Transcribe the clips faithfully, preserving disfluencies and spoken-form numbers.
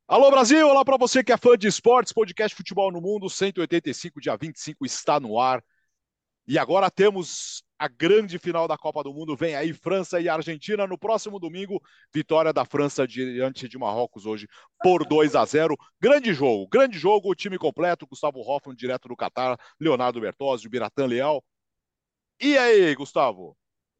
Alô Brasil, olá para você que é fã de esportes, podcast Futebol no Mundo, cento e oitenta e cinco, dia vinte e cinco está no ar. E agora temos a grande final da Copa do Mundo, vem aí França e Argentina no próximo domingo, vitória da França diante de Marrocos hoje por dois a zero. Grande jogo, grande jogo, o time completo, Gustavo Hoffmann direto do Catar, Leonardo Bertozzi, Biratan Leal. E aí, Gustavo?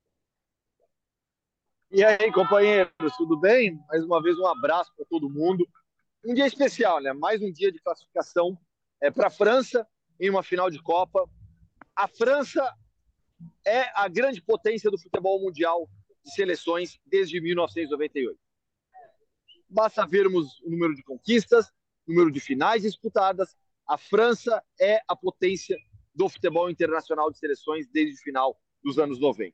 E aí, companheiros, tudo bem? Mais uma vez, um abraço para todo mundo. Um dia especial, né? Mais um dia de classificação é, para a França em uma final de Copa. A França é a grande potência do futebol mundial de seleções desde mil novecentos e noventa e oito. Basta vermos o número de conquistas, o número de finais disputadas. A França é a potência do futebol internacional de seleções desde o final dos anos noventa.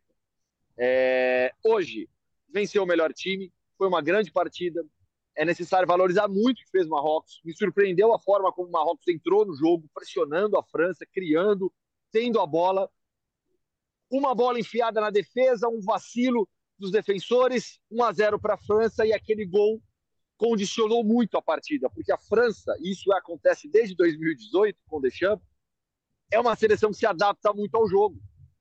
É, hoje, venceu o melhor time, foi uma grande partida. É necessário valorizar muito o que fez o Marrocos. Me surpreendeu a forma como o Marrocos entrou no jogo, pressionando a França, criando, tendo a bola. Uma bola enfiada na defesa, um vacilo dos defensores, um a zero para a França, e aquele gol condicionou muito a partida, porque a França, e isso acontece desde dois mil e dezoito com o Deschamps, é uma seleção que se adapta muito ao jogo.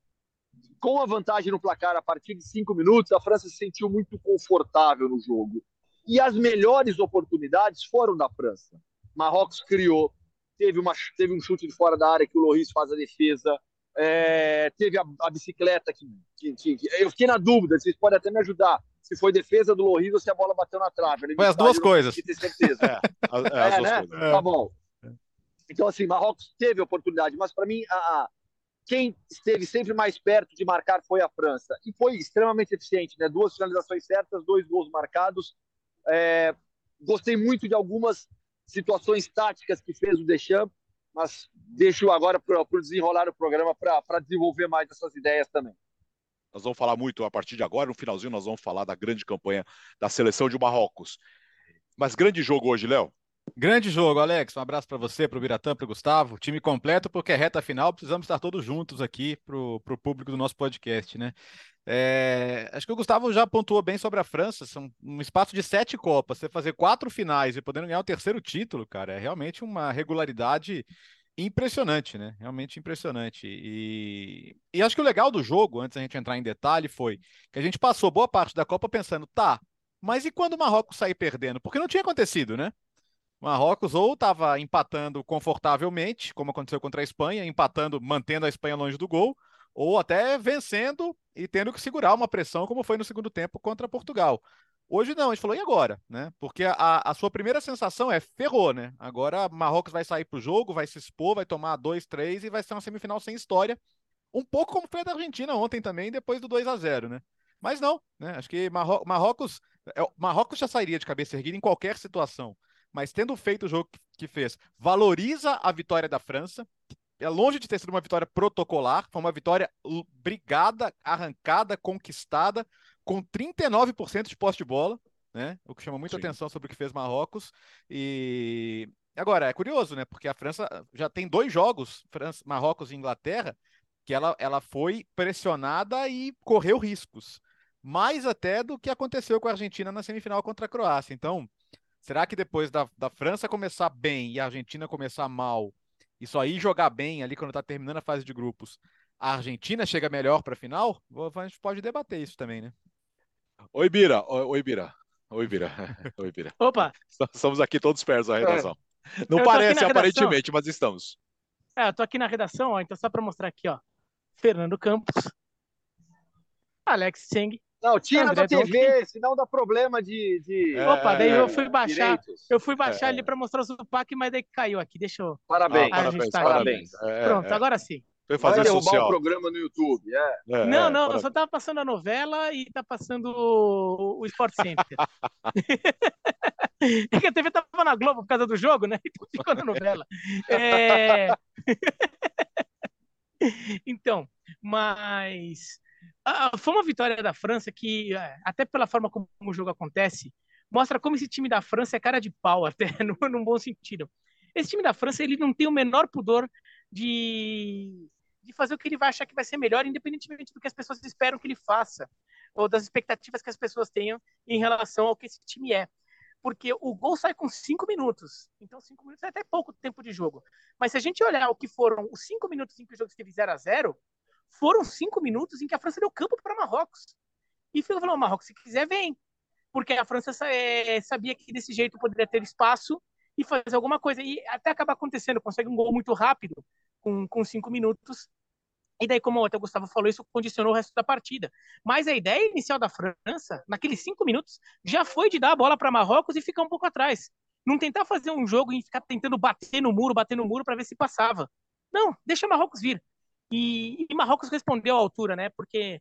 Com a vantagem no placar a partir de cinco minutos, a França se sentiu muito confortável no jogo. E as melhores oportunidades foram da França. Marrocos criou, teve, uma, teve um chute de fora da área que o Lloris faz a defesa, é, teve a, a bicicleta que, que, que, Eu fiquei na dúvida, vocês podem até me ajudar, se foi defesa do Lloris ou se a bola bateu na trave. Ali no Foi as duas estádio eu não coisas. consegui ter certeza. É, é as É, duas né? coisas. Tá bom. Então, assim, Marrocos teve oportunidade, mas para mim, a, quem esteve sempre mais perto de marcar foi a França. E foi extremamente eficiente, né? Duas finalizações certas, dois gols marcados. É, gostei muito de algumas situações táticas que fez o Deschamps, mas deixo agora para o desenrolar o programa para desenvolver mais essas ideias também. Nós vamos falar muito a partir de agora, no finalzinho nós vamos falar da grande campanha da seleção de Marrocos. Mas grande jogo hoje, Léo. Grande jogo, Alex. Um abraço para você, para o Biratã, para o Gustavo. Time completo, porque é reta final, precisamos estar todos juntos aqui para o público do nosso podcast, né? É, acho que o Gustavo já pontuou bem sobre a França. São um espaço de sete Copas. Você fazer quatro finais e podendo ganhar o terceiro título, cara, é realmente uma regularidade impressionante, né? Realmente impressionante. E, e acho que o legal do jogo, antes da gente entrar em detalhe, foi que a gente passou boa parte da Copa pensando, tá, mas e quando o Marrocos sair perdendo? Porque não tinha acontecido, né? Marrocos ou estava empatando confortavelmente, como aconteceu contra a Espanha, empatando, mantendo a Espanha longe do gol, ou até vencendo e tendo que segurar uma pressão, como foi no segundo tempo contra Portugal. Hoje não, a gente falou, e agora? Né? Porque a, a sua primeira sensação é ferrou, né? Agora Marrocos vai sair para o jogo, vai se expor, vai tomar dois, três e vai ser uma semifinal sem história. Um pouco como foi a da Argentina ontem também, depois do dois a zero, né? Mas não, né? Acho que Marro Marrocos, é, Marrocos já sairia de cabeça erguida em qualquer situação. Mas tendo feito o jogo que fez, valoriza a vitória da França. É longe de ter sido uma vitória protocolar, foi uma vitória brigada, arrancada, conquistada, com trinta e nove por cento de posse de bola, né? O que chama muita Sim. atenção sobre o que fez Marrocos. E agora, é curioso, né? Porque a França já tem dois jogos, França, Marrocos e Inglaterra, que ela, ela foi pressionada e correu riscos. Mais até do que aconteceu com a Argentina na semifinal contra a Croácia. Então, será que depois da, da França começar bem e a Argentina começar mal, e só aí jogar bem ali quando está terminando a fase de grupos, a Argentina chega melhor para a final? A gente pode debater isso também, né? Oi, Bira. Oi, Bira. Oi, Bira. Oi, Bira. Opa, Estamos aqui todos perto da É, redação. Não eu tô aqui na parece, redação. aparentemente, mas estamos. É, eu tô aqui na redação, ó, então só pra mostrar aqui, ó. Fernando Campos, Alex Cheng, não, tira da André Donk. T V, senão dá problema de, de Opa, daí eu É, fui é, baixar, direitos. eu fui é, baixar ali é. pra mostrar o Zupac, mas daí caiu aqui. Deixa eu Ah, Parabéns, parabéns, ajustar aqui. parabéns. parabéns. Pronto, É, é. agora sim. Foi Vai fazer derrubar o social. programa no YouTube. É. Não, É, é, não, eu só parabéns. tava passando a novela e tá passando o, o Sport Center. É que a T V tava na Globo por causa do jogo, né? Então ficou na novela. É... Então, mas ah, foi uma vitória da França que, é, até pela forma como o jogo acontece, mostra como esse time da França é cara de pau, até no, num bom sentido. Esse time da França, ele não tem o menor pudor de, de fazer o que ele vai achar que vai ser melhor, independentemente do que as pessoas esperam que ele faça, ou das expectativas que as pessoas tenham em relação ao que esse time é. porque o gol sai com cinco minutos. Então, cinco minutos é até pouco tempo de jogo. Mas se a gente olhar o que foram os cinco minutos em que o jogo esteve zero a zero, foram cinco minutos em que a França deu campo para Marrocos. E falou, Marrocos, se quiser, vem. Porque a França é, sabia que desse jeito poderia ter espaço e fazer alguma coisa. E até acaba acontecendo, consegue um gol muito rápido, com, com cinco minutos. E daí, como até o Gustavo falou, isso condicionou o resto da partida. Mas a ideia inicial da França, naqueles cinco minutos, já foi de dar a bola para Marrocos e ficar um pouco atrás. Não tentar fazer um jogo e ficar tentando bater no muro, bater no muro para ver se passava. Não, deixa Marrocos vir. E, e Marrocos respondeu à altura, né? Porque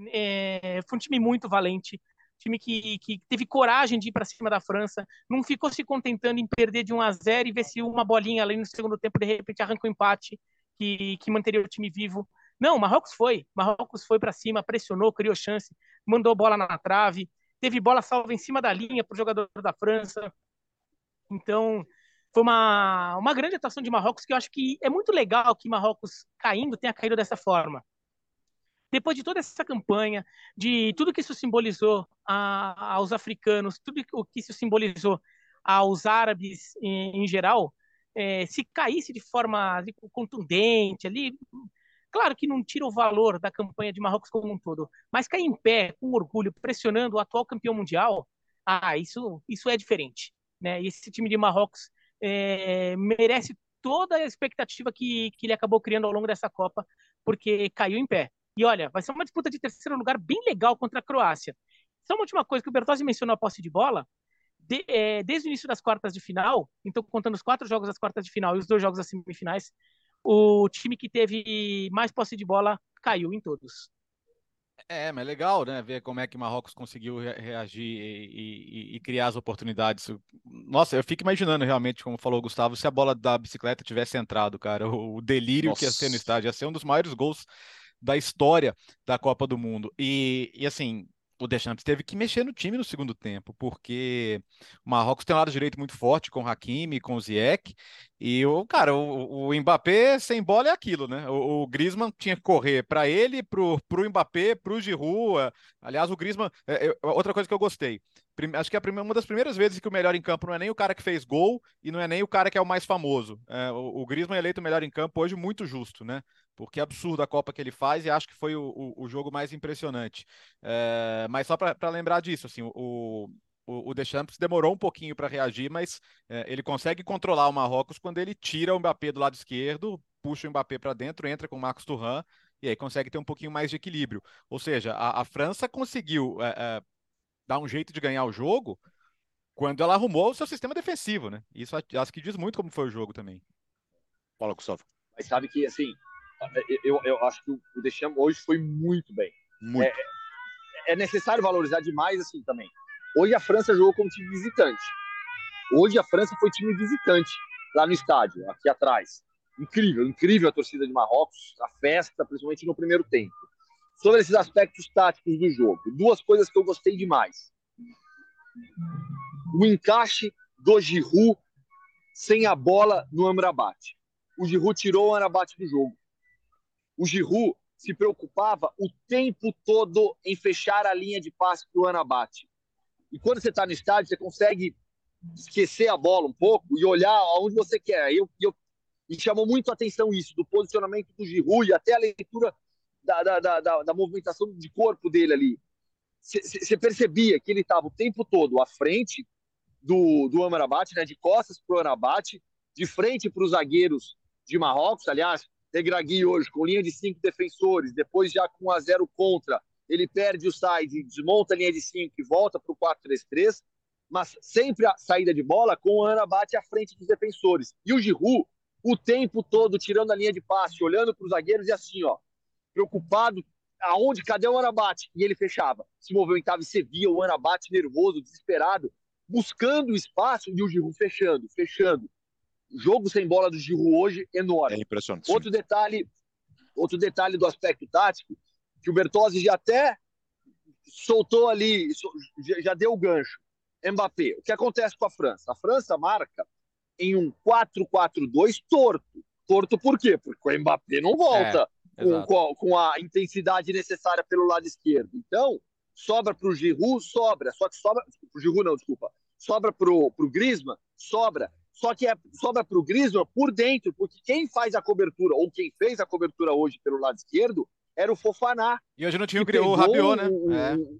é, foi um time muito valente, time que, que teve coragem de ir para cima da França, não ficou se contentando em perder de um a zero e ver se uma bolinha ali no segundo tempo de repente arranca o um empate que, que manteria o time vivo. Não, Marrocos foi, Marrocos foi para cima, pressionou, criou chance, mandou bola na trave, teve bola salva em cima da linha para o jogador da França. Então, foi uma, uma grande atuação de Marrocos, que eu acho que é muito legal que Marrocos caindo tenha caído dessa forma. Depois de toda essa campanha, de tudo que isso simbolizou a, aos africanos, tudo o que isso simbolizou aos árabes em, em geral, é, se caísse de forma contundente ali, claro que não tira o valor da campanha de Marrocos como um todo, mas cair em pé, com orgulho, pressionando o atual campeão mundial, ah, isso, isso é diferente, né? E esse time de Marrocos é, merece toda a expectativa que, que ele acabou criando ao longo dessa Copa, porque caiu em pé. E olha, vai ser uma disputa de terceiro lugar bem legal contra a Croácia. Só uma última coisa que o Bertozzi mencionou a posse de bola, de, é, desde o início das quartas de final, então contando os quatro jogos das quartas de final e os dois jogos das semifinais, o time que teve mais posse de bola caiu em todos. É, mas é legal, né? Ver como é que Marrocos conseguiu re reagir e, e, e criar as oportunidades. Nossa, eu fico imaginando realmente, como falou o Gustavo, se a bola da bicicleta tivesse entrado, cara, o, o delírio Nossa. que ia ser no estádio, ia ser um dos maiores gols da história da Copa do Mundo. E, e assim, o Deschamps teve que mexer no time no segundo tempo, porque o Marrocos tem um lado direito muito forte com o Hakimi, com o Ziyech, e o cara, o, o Mbappé sem bola é aquilo, né? O, o Griezmann tinha que correr para ele, pro, pro Mbappé, pro Giroud. Aliás, o Griezmann, é, é, outra coisa que eu gostei, acho que é uma das primeiras vezes que o melhor em campo não é nem o cara que fez gol e não é nem o cara que é o mais famoso. É, o, o Griezmann é eleito o melhor em campo hoje, muito justo, né? Porque é absurdo a Copa que ele faz e acho que foi o, o, o jogo mais impressionante. É, mas só para lembrar disso, assim, o, o, o Deschamps demorou um pouquinho para reagir, mas é, ele consegue controlar o Marrocos quando ele tira o Mbappé do lado esquerdo, puxa o Mbappé para dentro, entra com o Marcos Thuram e aí consegue ter um pouquinho mais de equilíbrio. Ou seja, a, a França conseguiu é, é, dar um jeito de ganhar o jogo quando ela arrumou o seu sistema defensivo, né? Isso acho que diz muito como foi o jogo também. Fala, Gustavo. Mas sabe que, assim, eu, eu acho que o Deschamps hoje foi muito bem. Muito. É, é necessário valorizar demais, assim, também. Hoje a França jogou como time visitante. Hoje a França foi time visitante lá no estádio, aqui atrás. Incrível, incrível a torcida de Marrocos, a festa, principalmente no primeiro tempo. Sobre esses aspectos táticos do jogo, duas coisas que eu gostei demais. O encaixe do Giroud sem a bola no Amrabat. O Giroud tirou o Amrabat do jogo. O Giroud se preocupava o tempo todo em fechar a linha de passe para o Amrabat. E quando você está no estádio, você consegue esquecer a bola um pouco e olhar aonde você quer. Eu, eu, e chamou muito a atenção isso, do posicionamento do Giroud e até a leitura da, da, da, da, da movimentação de corpo dele ali. Você percebia que ele estava o tempo todo à frente do, do Amrabat, né, de costas para o Amrabat, de frente para os zagueiros de Marrocos. Aliás, Regragui hoje com linha de cinco defensores, depois já com um a zero contra, ele perde o side, desmonta a linha de cinco e volta para o quatro três três, mas sempre a saída de bola com o Amrabat à frente dos defensores. E o Giroud, o tempo todo tirando a linha de passe, olhando para os zagueiros e assim, ó, preocupado, aonde, cadê o Amrabat? E ele fechava, se movimentava e você via o Amrabat nervoso, desesperado, buscando o espaço e o Giroud fechando, fechando. Jogo sem bola do Giroud hoje, enorme. É impressionante. Outro detalhe, outro detalhe do aspecto tático, que o Bertozzi já até soltou ali, já deu o gancho. Mbappé, o que acontece com a França? A França marca em um quatro quatro dois torto. Torto por quê? Porque o Mbappé não volta é, com, com, a, com a intensidade necessária pelo lado esquerdo. Então, sobra para o Giroud, sobra. Só que sobra... Para o Giroud não, desculpa. Sobra pro, pro Griezmann? Sobra. Só que é, sobra pro Griezmann por dentro, porque quem faz a cobertura, ou quem fez a cobertura hoje pelo lado esquerdo, era o Fofana. E hoje não tinha que o, o Rabiot, né? O, É. o,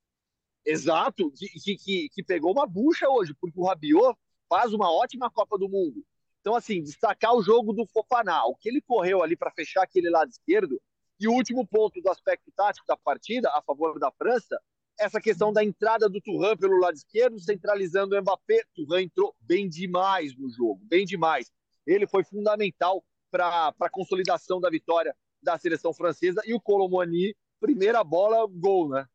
exato, que, que, que pegou uma bucha hoje, porque o Rabiot faz uma ótima Copa do Mundo. Então, assim, destacar o jogo do Fofana, o que ele correu ali para fechar aquele lado esquerdo. E o último ponto do aspecto tático da partida, a favor da França, essa questão da entrada do Thuram pelo lado esquerdo, centralizando o Mbappé. Thuram entrou bem demais no jogo, bem demais. Ele foi fundamental para a consolidação da vitória da seleção francesa. E o Kolo Muani, primeira bola, gol, né?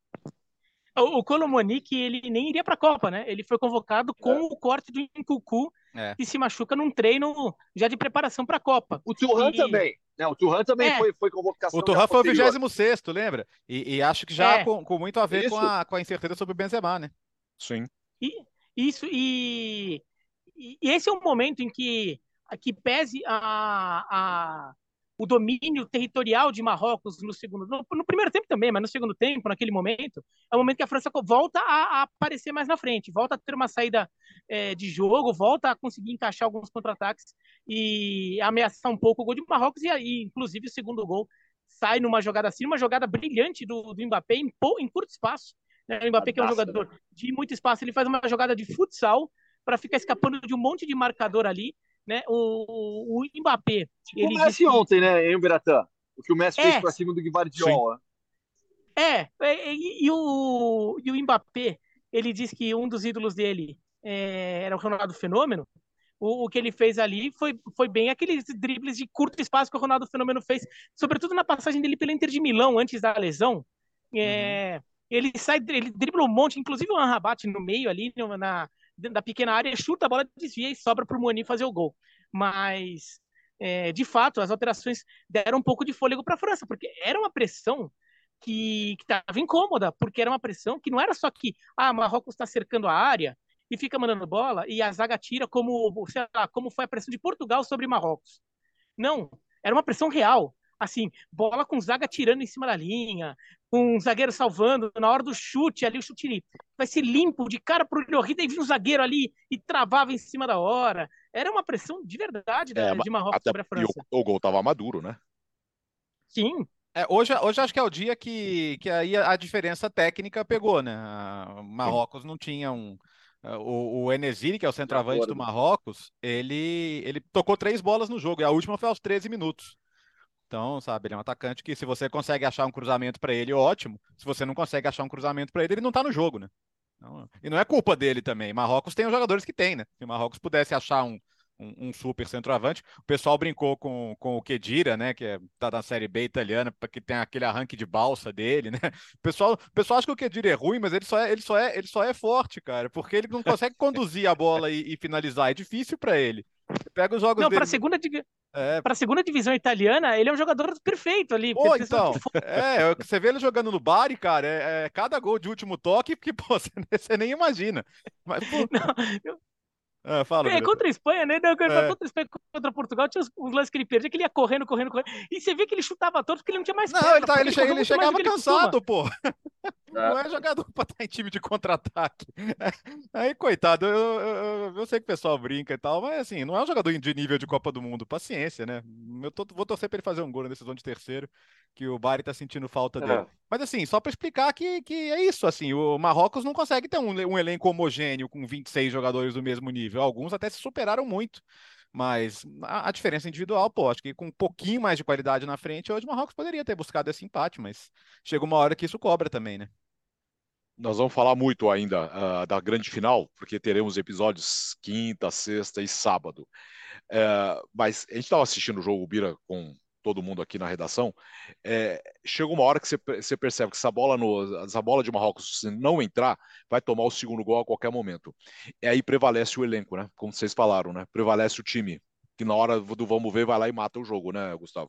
O Kolo Muani, que ele nem iria para a Copa, né? Ele foi convocado com é. o corte do Nkunku, é. que se machuca num treino já de preparação para a Copa. O Thuram e... também. Não, o Thuram também é. foi, foi convocação. O Thuram foi o vigésimo sexto, lembra? E, e acho que já é. com, com muito a ver com a, com a incerteza sobre o Benzema, né? Sim. E, isso, e, e esse é um momento em que, que pese a, a, o domínio territorial de Marrocos no segundo, no, no primeiro tempo também, mas no segundo tempo, naquele momento, é o momento que a França volta a, a aparecer mais na frente, volta a ter uma saída é, de jogo, volta a conseguir encaixar alguns contra-ataques e ameaçar um pouco o gol de Marrocos, e aí, inclusive, o segundo gol sai numa jogada assim, uma jogada brilhante do, do Mbappé em, em curto espaço. Né? O Mbappé, que é um jogador de muito espaço, ele faz uma jogada de futsal para ficar escapando de um monte de marcador ali. Né? O, o, o Mbappé. Tipo ele o Messi disse... ontem, né, hein, Biratã? O que o Messi é. fez para cima do Guivardiol. É, e, e, o, e o Mbappé, ele diz que um dos ídolos dele é, era o Ronaldo Fenômeno. O, o que ele fez ali foi, foi bem aqueles dribles de curto espaço que o Ronaldo Fenômeno fez, sobretudo na passagem dele pelo Inter de Milão, antes da lesão. É, uhum. Ele sai, ele dribla um monte, inclusive o Amrabat no meio ali, na, da pequena área, chuta a bola, desvia e sobra para o Muani fazer o gol. Mas, é, de fato, as alterações deram um pouco de fôlego para a França, porque era uma pressão que estava incômoda, porque era uma pressão que não era só que ah, Marrocos está cercando a área e fica mandando bola e a zaga tira como, sei lá, como foi a pressão de Portugal sobre Marrocos. Não, era uma pressão real. Assim, bola com zaga tirando em cima da linha, com um zagueiro salvando, na hora do chute ali, o chute vai ser limpo, de cara pro Lloris, e vinha um zagueiro ali e travava em cima da hora. Era uma pressão de verdade da, é, de Marrocos sobre a França. E o, o gol tava maduro, né? Sim. É, hoje, hoje acho que é o dia que, que aí a diferença técnica pegou, né? A Marrocos não tinha um... O, o Enesiri, que é o centroavante do Marrocos, ele, ele tocou três bolas no jogo, e a última foi aos treze minutos. Então, sabe, ele é um atacante que se você consegue achar um cruzamento para ele, ótimo. Se você não consegue achar um cruzamento para ele, ele não tá no jogo, né? Então, e não é culpa dele também. Marrocos tem os jogadores que tem, né? Se o Marrocos pudesse achar um, um, um super centroavante, o pessoal brincou com, com o Khedira, né? Que é, tá na Série B italiana, porque tem aquele arranque de balsa dele, né? O pessoal, o pessoal acha que o Khedira é ruim, mas ele só é, ele só é, ele só é forte, cara, porque ele não consegue conduzir a bola e, e finalizar. É difícil para ele. Pega os jogos não, dele. Para segunda É. Para a segunda divisão italiana, ele é um jogador perfeito ali. Pô, então, é, você vê ele jogando no Bari, cara, é, é cada gol de último toque que, pô, você, você nem imagina. Mas, pô... Não, eu... é, fala, é, contra a Espanha, né? Não, é. Contra a Espanha, contra Portugal, tinha os, os lances que ele perdia, que ele ia correndo, correndo, correndo. E você vê que ele chutava todos porque ele não tinha mais Não, perna, ele, tá, ele, ele, che ele chegava cansado, pô. É. Não é jogador pra estar em time de contra-ataque. Aí, coitado, eu, eu, eu, eu sei que o pessoal brinca e tal, mas assim, não é um jogador de nível de Copa do Mundo. Paciência, né? Eu tô, vou torcer pra ele fazer um gol na decisão de terceiro, que o Bari tá sentindo falta dele. É. Mas assim, só pra explicar que, que é isso, assim, o Marrocos não consegue ter um, um elenco homogêneo com vinte e seis jogadores do mesmo nível. Alguns até se superaram muito. Mas a, a diferença individual, pô, acho que com um pouquinho mais de qualidade na frente, hoje o Marrocos poderia ter buscado esse empate, mas chega uma hora que isso cobra também, né? Nós vamos falar muito ainda uh, da grande final, porque teremos episódios quinta, sexta e sábado. Uh, mas a gente estava assistindo o jogo Bira com todo mundo aqui na redação. É, chega uma hora que você, você percebe que essa bola, no, essa bola de Marrocos, se não entrar, vai tomar o segundo gol a qualquer momento. E aí prevalece o elenco, né? Como vocês falaram, né? Prevalece o time, que na hora do vamos ver vai lá e mata o jogo, né, Gustavo?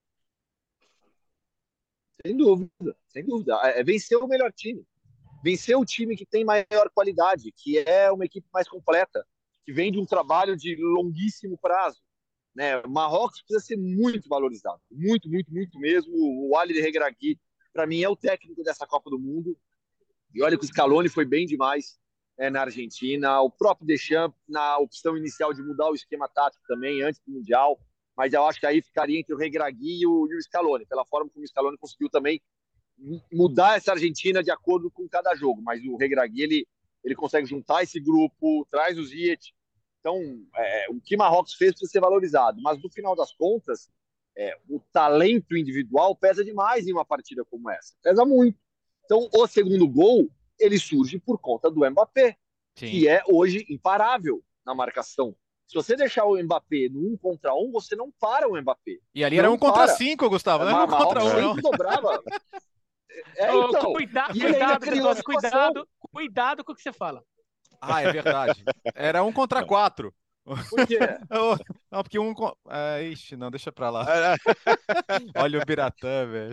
Sem dúvida, sem dúvida. É vencer o melhor time. Vencer o time que tem maior qualidade, que é uma equipe mais completa, que vem de um trabalho de longuíssimo prazo. Né? Marrocos precisa ser muito valorizado, muito, muito, muito mesmo. O Ali Regragui, para mim, é o técnico dessa Copa do Mundo. E olha que o Scaloni foi bem demais. é, na Argentina, o próprio Deschamps na opção inicial de mudar o esquema tático também antes do Mundial, mas eu acho que aí ficaria entre o Regragui e o, e o Scaloni, pela forma como o Scaloni conseguiu também mudar essa Argentina de acordo com cada jogo, mas o Regragui, ele, ele consegue juntar esse grupo, traz o Ziyech, então é, o que Marrocos fez precisa ser valorizado, mas no final das contas, é, o talento individual pesa demais em uma partida como essa, pesa muito. Então o segundo gol, ele surge por conta do Mbappé, Sim. que é hoje imparável na marcação. Se você deixar o Mbappé no um contra um, você não para o Mbappé. E ali não era um para. contra cinco, Gustavo, não era um contra um, não. dobrava. É, oh, então, cuidado, e ele ainda cuidado, criou Bertozzi, cuidado, cuidado com o que você fala. Ah, é verdade. Era um contra quatro. Por quê? Não, porque um... É, ixi, não, deixa pra lá. Olha o Biratã, velho.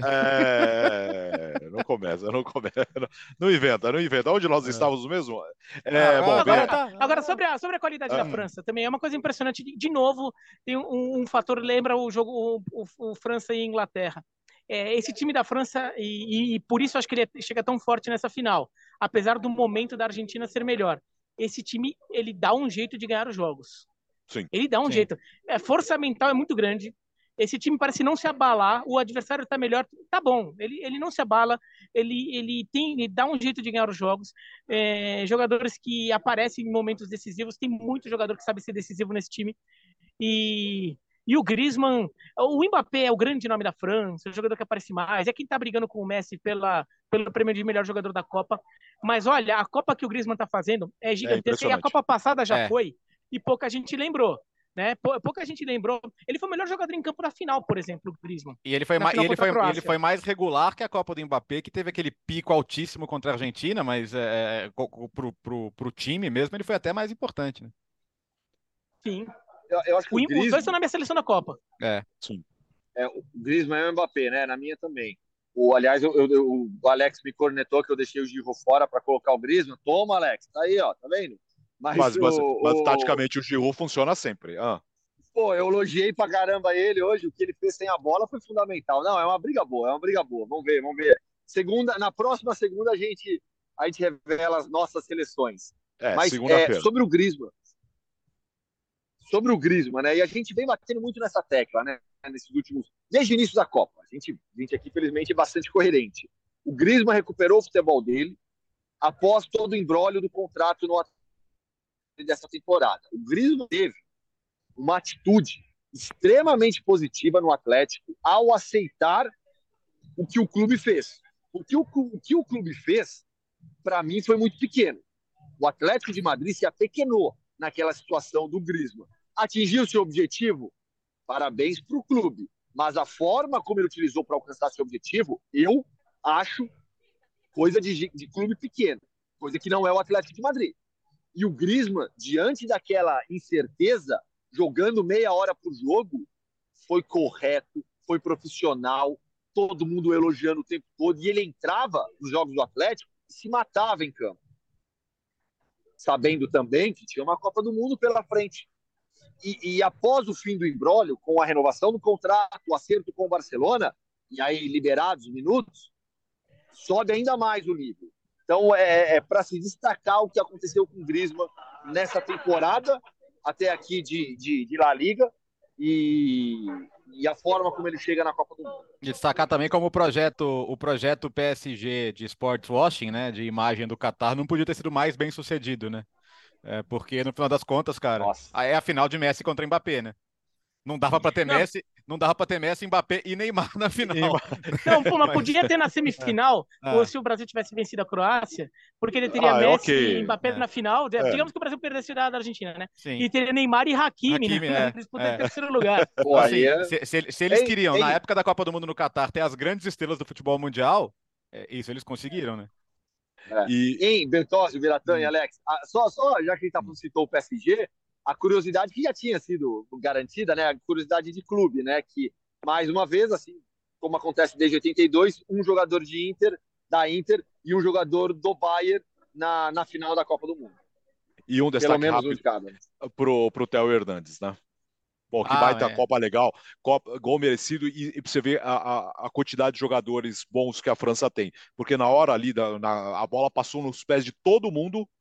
É... Não começa, não começa. Não, não inventa, não inventa. Onde nós é. estávamos mesmo? É, ah, bom, agora, tá. agora sobre, a, sobre a qualidade ah. da França, também é uma coisa impressionante. De novo, tem um, um fator, lembra o jogo, o, o, o França e Inglaterra. É, esse time da França, e, e, e por isso acho que ele chega tão forte nessa final, apesar do momento da Argentina ser melhor. Esse time, ele dá um jeito de ganhar os jogos. Sim. Ele dá um Sim. jeito. A força mental é muito grande. Esse time parece não se abalar. O adversário está melhor. Tá bom. Ele, ele não se abala. Ele, ele, tem, ele dá um jeito de ganhar os jogos. É, jogadores que aparecem em momentos decisivos. Tem muito jogador que sabe ser decisivo nesse time. E... E o Griezmann, o Mbappé é o grande nome da França, o jogador que aparece mais, é quem tá brigando com o Messi pela, pelo prêmio de melhor jogador da Copa. Mas olha, a Copa que o Griezmann tá fazendo é gigantesca, é e a Copa passada já é. foi, e pouca gente lembrou. Né? Pouca gente lembrou. Ele foi o melhor jogador em campo na final, por exemplo, o Griezmann. E ele foi, ma e ele foi, ele foi mais regular que a Copa do Mbappé, que teve aquele pico altíssimo contra a Argentina, mas é, pro, pro, pro time mesmo ele foi até mais importante. Né? Sim. Eu, eu acho que o, o Griezmann... Os dois estão na minha seleção da Copa. É, sim. É, o Griezmann é o Mbappé, né? Na minha também. O, aliás, eu, eu, o Alex me cornetou que eu deixei o Giroud fora para colocar o Griezmann. Toma, Alex. Tá aí, ó. Tá vendo? Mas, mas, o, mas, mas o... taticamente o Giroud funciona sempre. Ah. Pô, eu elogiei pra caramba ele hoje. O que ele fez sem a bola foi fundamental. Não, é uma briga boa. É uma briga boa. Vamos ver, vamos ver. Segunda, na próxima segunda a gente, a gente revela as nossas seleções. É, mas segunda-feira. É, sobre o Griezmann. Sobre o Griezmann, né? E a gente vem batendo muito nessa tecla, né? Nesses últimos... Desde o início da Copa. A gente, a gente aqui, felizmente, é bastante coerente. O Griezmann recuperou o futebol dele após todo o imbróglio do contrato no dessa temporada. O Griezmann teve uma atitude extremamente positiva no Atlético ao aceitar o que o clube fez. O que o, o, que o clube fez, para mim, foi muito pequeno. O Atlético de Madrid se apequenou naquela situação do Griezmann. Atingiu seu objetivo? Parabéns para o clube. Mas a forma como ele utilizou para alcançar seu objetivo, eu acho coisa de, de clube pequeno. Coisa que não é o Atlético de Madrid. E o Griezmann, diante daquela incerteza, jogando meia hora por jogo, foi correto, foi profissional, todo mundo elogiando o tempo todo, e ele entrava nos jogos do Atlético e se matava em campo. Sabendo também que tinha uma Copa do Mundo pela frente. E, e após o fim do imbróglio, com a renovação do contrato, o acerto com o Barcelona, e aí liberados os minutos, sobe ainda mais o nível. Então, é, é para se destacar o que aconteceu com o Griezmann nessa temporada, até aqui de, de, de La Liga, e, e a forma como ele chega na Copa do Mundo. Destacar também como o projeto, o projeto P S G de sports washing, né, de imagem do Qatar, não podia ter sido mais bem sucedido, né? É, porque no final das contas, cara, Nossa. é a final de Messi contra Mbappé, né? Não dava para ter não. Messi, não dava para ter Messi, Mbappé e Neymar na final. Não, pô, mas podia ter na semifinal, é. ou se o Brasil tivesse vencido a Croácia, porque ele teria ah, Messi okay. e Mbappé é. na final. É. Digamos que o Brasil perdesse da Argentina, né? Sim. E teria Neymar e Hakimi, Hakimi né? Disputando em terceiro lugar. Pô, assim, é... se, se, se eles ei, queriam, ei. na época da Copa do Mundo no Catar, ter as grandes estrelas do futebol mundial, isso eles conseguiram, né? É. E... Em Bertozzi, Biratã hum. e Alex, só, só já que a gente citou o P S G, a curiosidade que já tinha sido garantida, né? A curiosidade de clube, né? Que, mais uma vez, assim, como acontece desde oitenta e dois, um jogador de Inter, da Inter, e um jogador do Bayern na, na final da Copa do Mundo. E um destaque rápido pro, pro Theo Hernandes, né? Pô, que ah, baita é. Copa legal, Copa, gol merecido, e, e você vê a, a, a quantidade de jogadores bons que a França tem. Porque na hora ali, da, na, a bola passou nos pés de todo mundo,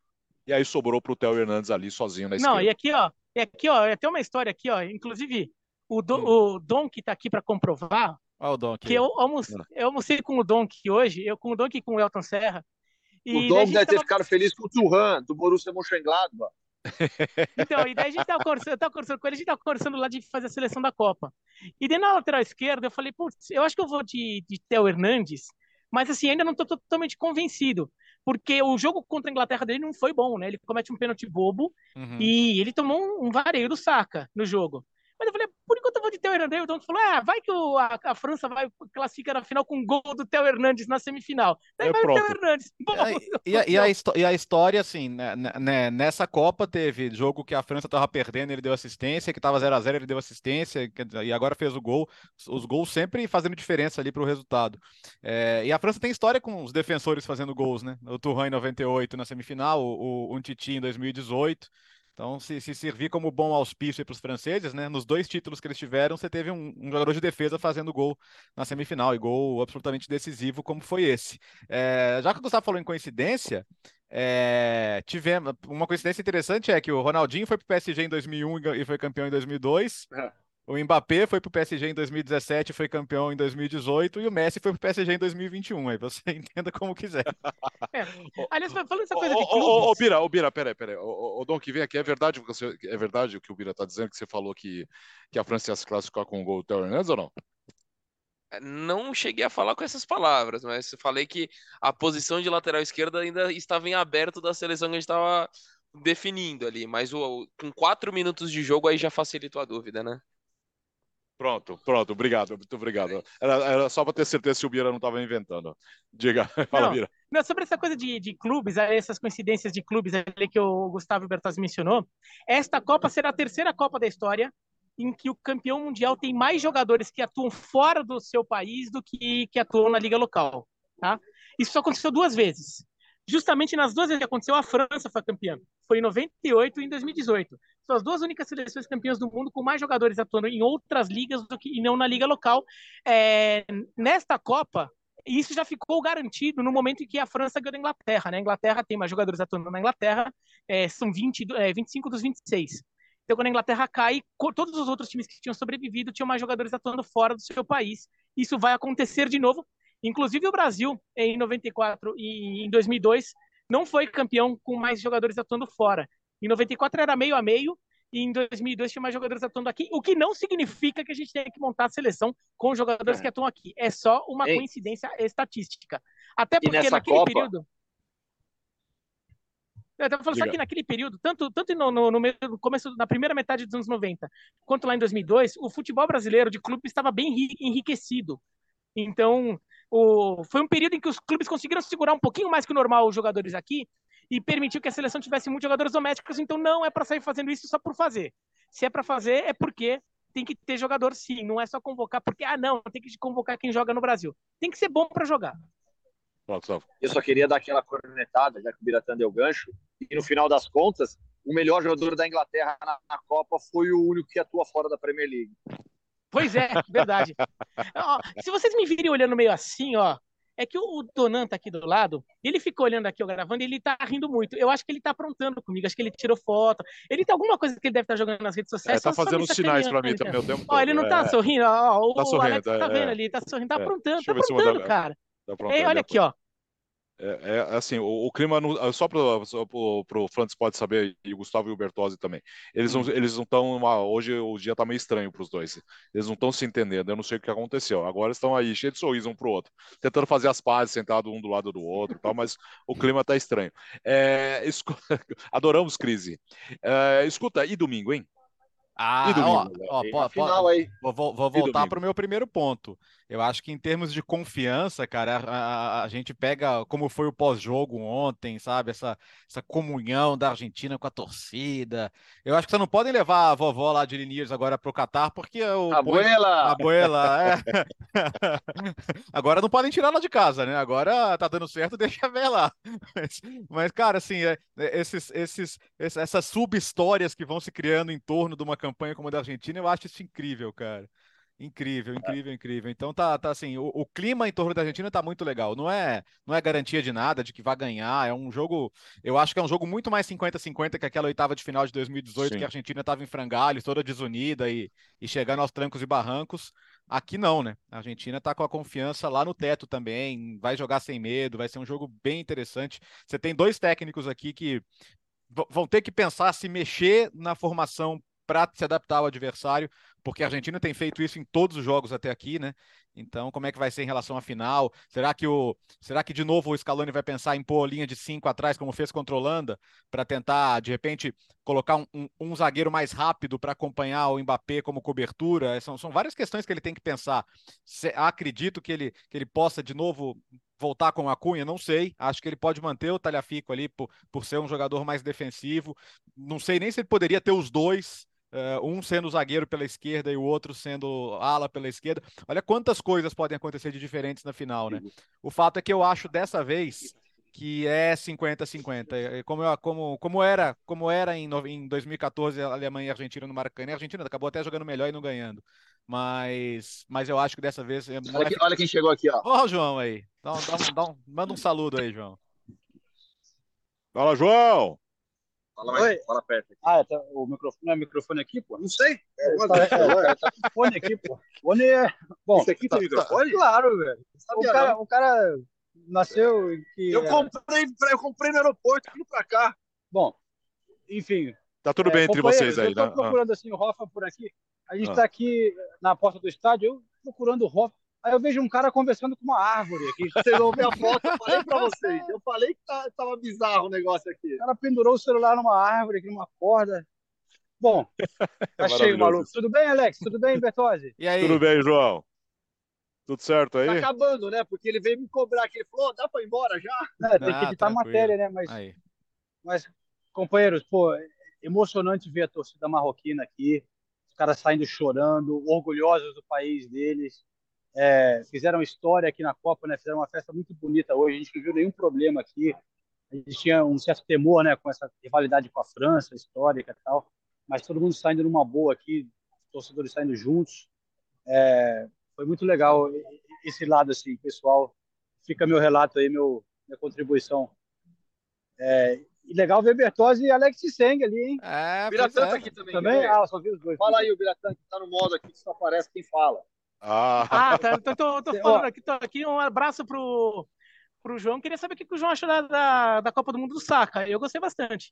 E aí sobrou para o Theo Hernandes ali sozinho na Não, esquerda. e aqui, ó, e aqui, ó, tem uma história aqui, ó, inclusive o, Do, Hum. o Dom que tá aqui para comprovar, Olha o Dom aqui. que eu, almoce, eu almocei com o Dom aqui hoje, eu com o Dom aqui com o Elton Serra, O e daí a Dom gente deve ter tava, ficado feliz com o Thuram, do Borussia Mönchengladbach. então, e daí a gente tava conversando, eu tava conversando com ele, a gente tava conversando lá de fazer a seleção da Copa. E daí na lateral esquerda eu falei, putz, eu acho que eu vou de, de Theo Hernandes, mas assim, ainda não tô totalmente convencido, porque o jogo contra a Inglaterra dele não foi bom, né? Ele comete um pênalti bobo Uhum. e ele tomou um, um vareio do Saka no jogo. Mas eu falei, por enquanto eu vou de Theo Hernandes. O Don falou, ah, vai que o, a, a França vai classificar na final com um gol do Theo Hernandes na semifinal. Daí É, vai o Theo pronto. Hernandes. Bom, E a, e, a, e a história, assim, né, né, nessa Copa teve jogo que a França estava perdendo, ele deu assistência, que estava zero a zero, ele deu assistência, e agora fez o gol. Os gols sempre fazendo diferença ali para o resultado. É, e a França tem história com os defensores fazendo gols, né? O Thuram em noventa e oito na semifinal, o, o Umtiti em dois mil e dezoito. Então, se, se servir como bom auspício para os franceses, né? Nos dois títulos que eles tiveram, você teve um, um jogador de defesa fazendo gol na semifinal, e gol absolutamente decisivo, como foi esse. É, já que o Gustavo falou em coincidência, é, tivemos uma coincidência interessante é que o Ronaldinho foi para o P S G em dois mil e um e foi campeão em dois mil e dois. O Mbappé foi para o P S G em dois mil e dezessete e foi campeão em dois mil e dezoito, e o Messi foi para o P S G em dois mil e vinte e um. Aí você entenda como quiser. é. Aliás, falando essa Ô, coisa de ô, clubes... ô, ô, Bira, ô, Bira, peraí, peraí. Ô, ô, Dom, que vem aqui, é verdade, você, é verdade o que o Bira tá dizendo, que você falou que, que a França ia se classificar com o gol do Theo Hernandes ou não? Não cheguei a falar com essas palavras, mas eu falei que a posição de lateral esquerda ainda estava em aberto da seleção que a gente estava definindo ali, mas o, com quatro minutos de jogo aí já facilitou a dúvida, né? Pronto, pronto, obrigado, muito obrigado. Era, era só para ter certeza se o Bira não estava inventando. Diga, fala, Não, Bira. não, sobre essa coisa de, de clubes, essas coincidências de clubes ali que o Gustavo Bertazzi mencionou, esta Copa será a terceira Copa da história em que o campeão mundial tem mais jogadores que atuam fora do seu país do que que atuam na liga local, tá? Isso só aconteceu duas vezes. Justamente nas duas vezes que aconteceu, a França foi campeã. Foi em noventa e oito e em dois mil e dezoito. São as duas únicas seleções campeãs do mundo com mais jogadores atuando em outras ligas do que e não na liga local. É, nesta Copa, isso já ficou garantido no momento em que a França ganhou da Inglaterra, né? A Inglaterra tem mais jogadores atuando na Inglaterra, é, são vinte, é, vinte e cinco dos vinte e seis. Então, quando a Inglaterra cai, todos os outros times que tinham sobrevivido tinham mais jogadores atuando fora do seu país. Isso vai acontecer de novo. Inclusive, o Brasil, em noventa e quatro e em dois mil e dois, não foi campeão com mais jogadores atuando fora. Em noventa e quatro era meio a meio, e em dois mil e dois tinha mais jogadores atuando aqui, o que não significa que a gente tenha que montar a seleção com jogadores é. que atuam aqui. É só uma Ei. coincidência estatística. Até porque naquele Copa... período... Eu estava falando só que naquele período, tanto, tanto no, no, no começo, na primeira metade dos anos noventa, quanto lá em dois mil e dois, o futebol brasileiro de clube estava bem enriquecido. Então, o, foi um período em que os clubes conseguiram segurar um pouquinho mais que o normal os jogadores aqui e permitiu que a seleção tivesse muitos jogadores domésticos. Então, não é para sair fazendo isso só por fazer. Se é para fazer, é porque tem que ter jogador sim. Não é só convocar porque, ah, não, tem que convocar quem joga no Brasil. Tem que ser bom para jogar. Eu só queria dar aquela cornetada, já que o Biratã deu gancho. E no final das contas, o melhor jogador da Inglaterra na, na Copa foi o único que atua fora da Premier League. Pois é, verdade. Ó, se vocês me virem olhando meio assim, ó, é que o Donan tá aqui do lado, ele fica olhando aqui, ó, gravando, e ele tá rindo muito. Eu acho que ele tá aprontando comigo, acho que ele tirou foto. Ele tem alguma coisa que ele deve estar jogando nas redes sociais. É, tá fazendo sinais pra mim também o tempo todo. Ó, ele não tá é. sorrindo, ó, o tá sorrindo, Alex tá é, vendo é. ali, ele tá sorrindo, tá é. aprontando, Deixa tá aprontando, cara. Tá aprontando, Ei, olha aqui, ó. É, é assim, o, o clima, no, só para o Francis pode saber, e o Gustavo e o Bertozzi também, eles hum. não eles não estão, hoje o dia tá meio estranho para os dois, eles não estão se entendendo, eu não sei o que aconteceu, agora estão aí, cheios de sorriso um pro outro, tentando fazer as pazes, sentado um do lado do outro, tal, mas o clima tá estranho. É, escu... Adoramos crise. É, escuta, e domingo, hein? Ah, ó, ó, pô, final, aí. Vou, vou voltar para o meu primeiro ponto. Eu acho que em termos de confiança, cara, a, a, a gente pega como foi o pós-jogo ontem, sabe? Essa, essa comunhão da Argentina com a torcida. Eu acho que vocês não podem levar a vovó lá de Liniers agora pro Catar, porque o Abuela! Abuela, é. Agora não podem tirar ela de casa, né? Agora tá dando certo, deixa ver lá. Mas, mas cara, assim, é, esses, esses, essas sub-histórias que vão se criando em torno de uma campanha como a da Argentina, eu acho isso incrível, cara. Incrível, incrível, incrível. Então tá, tá assim, o, o clima em torno da Argentina tá muito legal. Não é, não é garantia de nada, de que vai ganhar. É um jogo, eu acho que é um jogo muito mais cinquenta a cinquenta que aquela oitava de final de dois mil e dezoito, que a Sim. Argentina estava em frangalhos, toda desunida e, e chegando aos trancos e barrancos. Aqui não, né? A Argentina tá com a confiança lá no teto também, vai jogar sem medo, vai ser um jogo bem interessante. Você tem dois técnicos aqui que v- vão ter que pensar se mexer na formação para se adaptar ao adversário, porque a Argentina tem feito isso em todos os jogos até aqui, né? Então, como é que vai ser em relação à final? Será que o, será que de novo o Scaloni vai pensar em pôr a linha de cinco atrás, como fez contra a Holanda, para tentar de repente colocar um, um, um zagueiro mais rápido para acompanhar o Mbappé como cobertura? São, são várias questões que ele tem que pensar. Se, acredito que ele, que ele possa de novo voltar com a Cunha, não sei. Acho que ele pode manter o Tagliafico ali por, por ser um jogador mais defensivo. Não sei nem se ele poderia ter os dois. Uh, um sendo zagueiro pela esquerda e o outro sendo ala pela esquerda. Olha quantas coisas podem acontecer de diferentes na final, né? O fato é que eu acho dessa vez que é cinquenta a cinquenta. Como, eu, como, como era, como era em, no, em dois mil e quatorze, a Alemanha e a Argentina no Maracanã. A Argentina acabou até jogando melhor e não ganhando. Mas, mas eu acho que dessa vez não Olha, é. que, olha quem chegou aqui, ó. Ó, oh, João aí. Dá um, dá um, dá um, manda um saludo aí, João. Fala, João! Fala, mais, fala perto. Aqui. Ah, tá, o microfone não é microfone aqui, pô? Não sei. É, tá, é, tá, tá com fone aqui, pô. Fone é. Bom, isso aqui tem microfone? Claro, velho. O cara, o cara nasceu que. Eu comprei, eu comprei no aeroporto, vindo pra cá. Bom, enfim. Tá tudo é, bem entre vocês aí, eu tô né? procurando assim o Rafa por aqui. A gente Ah. tá aqui na porta do estádio, eu procurando o Rafa. Aí eu vejo um cara conversando com uma árvore aqui. Vocês vão ver a foto, eu falei pra vocês. Eu falei que tá, tava bizarro o negócio aqui. O cara pendurou o celular numa árvore, aqui numa corda. Bom, achei o maluco. Tudo bem, Alex? Tudo bem, Bertozzi? E aí? Tudo bem, João? Tudo certo aí? Tá acabando, né? Porque ele veio me cobrar aqui. Ele falou, oh, dá pra ir embora já? É, tem ah, que editar tranquilo. matéria, né? Mas, aí. mas, companheiros, pô, é emocionante ver a torcida marroquina aqui. Os caras saindo chorando, orgulhosos do país deles. É, fizeram história aqui na Copa, né? Fizeram uma festa muito bonita hoje. A gente não viu nenhum problema aqui. A gente tinha um certo temor, né, com essa rivalidade com a França, histórica e tal. Mas todo mundo saindo numa boa aqui, os torcedores saindo juntos. É, foi muito legal esse lado, assim, pessoal. Fica meu relato aí, meu, minha contribuição. É, e legal ver Bertozzi e Alex Seng ali, hein? É, o Biratã é. tá aqui também. Também? Ah, só vi os dois. Fala aí, o Biratã, que tá no modo aqui, que só aparece quem fala. Ah, ah tá, tô, tô, tô falando aqui, tô aqui. Um abraço pro, pro João. Queria saber o que o João achou da, da, da Copa do Mundo do Saka. Eu gostei bastante.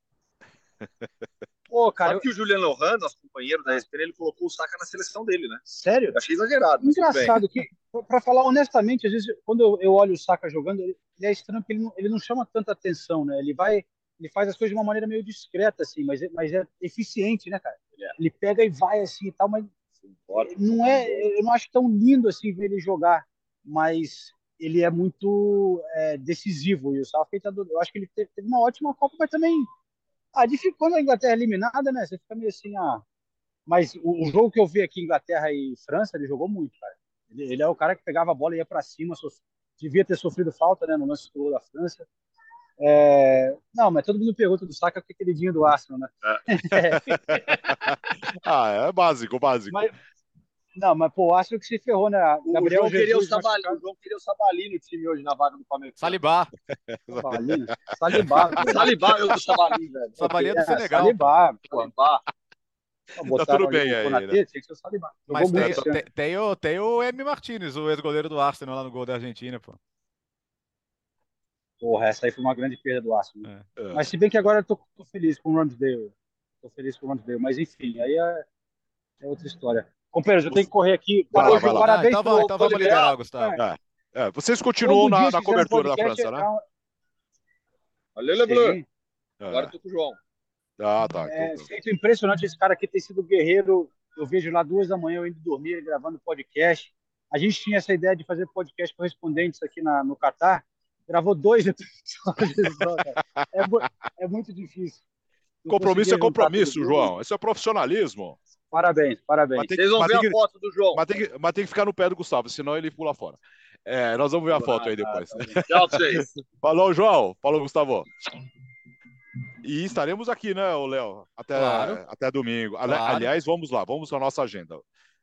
Pô, cara, sabe eu... que o Julian Lohan, nosso companheiro da E S P N, ele colocou o Saka na seleção dele, né? Sério? Eu achei exagerado. Engraçado que, pra falar honestamente, às vezes, quando eu, eu olho o Saka jogando, ele, ele é estranho porque ele não, ele não chama tanta atenção, né? Ele vai, ele faz as coisas de uma maneira meio discreta, assim, mas é, mas é eficiente, né, cara? Ele, é. ele pega e vai assim e tal, mas não é, eu não acho tão lindo assim ver ele jogar, mas ele é muito é, decisivo. E o Saka, eu acho que ele teve uma ótima Copa, mas também ah, quando a Inglaterra é eliminada, né? Você fica meio assim, ah. Mas o, o jogo que eu vi aqui, Inglaterra e França, ele jogou muito, cara. Ele, ele é o cara que pegava a bola e ia para cima, sof... devia ter sofrido falta, né? No lance do gol da França. É... Não, mas todo mundo pergunta do Saka porque é queridinho do Arsenal, né? É. ah, é básico, básico. Mas... Não, mas pô, o Arsenal que se ferrou, né? Gabriel o João queria o Sabali, o João queria o Sabali no time hoje na vaga do Palmeiras. Salibá. Sabali, Salibá. Salibá, eu do Sabali, velho. Sabali é do Senegal. Salibá, Salibá. Tá tudo bem aí, né? Tinha que ser o Salibá. Mas tem, tem, tem, o, tem o M. Martinez, o ex-goleiro do Arsenal lá no gol da Argentina, pô. Porra, essa aí foi uma grande perda do Arsenal. É. Mas se bem que agora eu tô, tô feliz com o Ramsdale. Tô feliz com o Ramsdale, mas enfim, aí é, é outra história. Companheiros, eu tenho que correr aqui. Vai lá, vai lá. Parabéns ah, então, pelo, então vamos liberar, Gustavo. É. É. Vocês continuam na, na cobertura da França, né? Valeu, Leblanc. Agora eu tô com o João. Ah, tá. É feito impressionante. Esse cara aqui tem sido guerreiro. Eu vejo lá duas da manhã eu indo dormir, gravando podcast. A gente tinha essa ideia de fazer podcast correspondentes aqui na, no Catar. Gravou dois episódios. é, é muito difícil. Não compromisso é compromisso, João. Esse é profissionalismo. Parabéns, parabéns. Tem, Vocês vão ver que, a foto do João. Mas tem, que, mas tem que ficar no pé do Gustavo, senão ele pula fora. É, nós vamos ver a ah, foto aí depois. Ah, tá. Tchau pra vocês. Falou, João. Falou, Gustavo. E estaremos aqui, né, Léo? Até, claro. até domingo. Claro. Aliás, vamos lá, vamos à nossa agenda.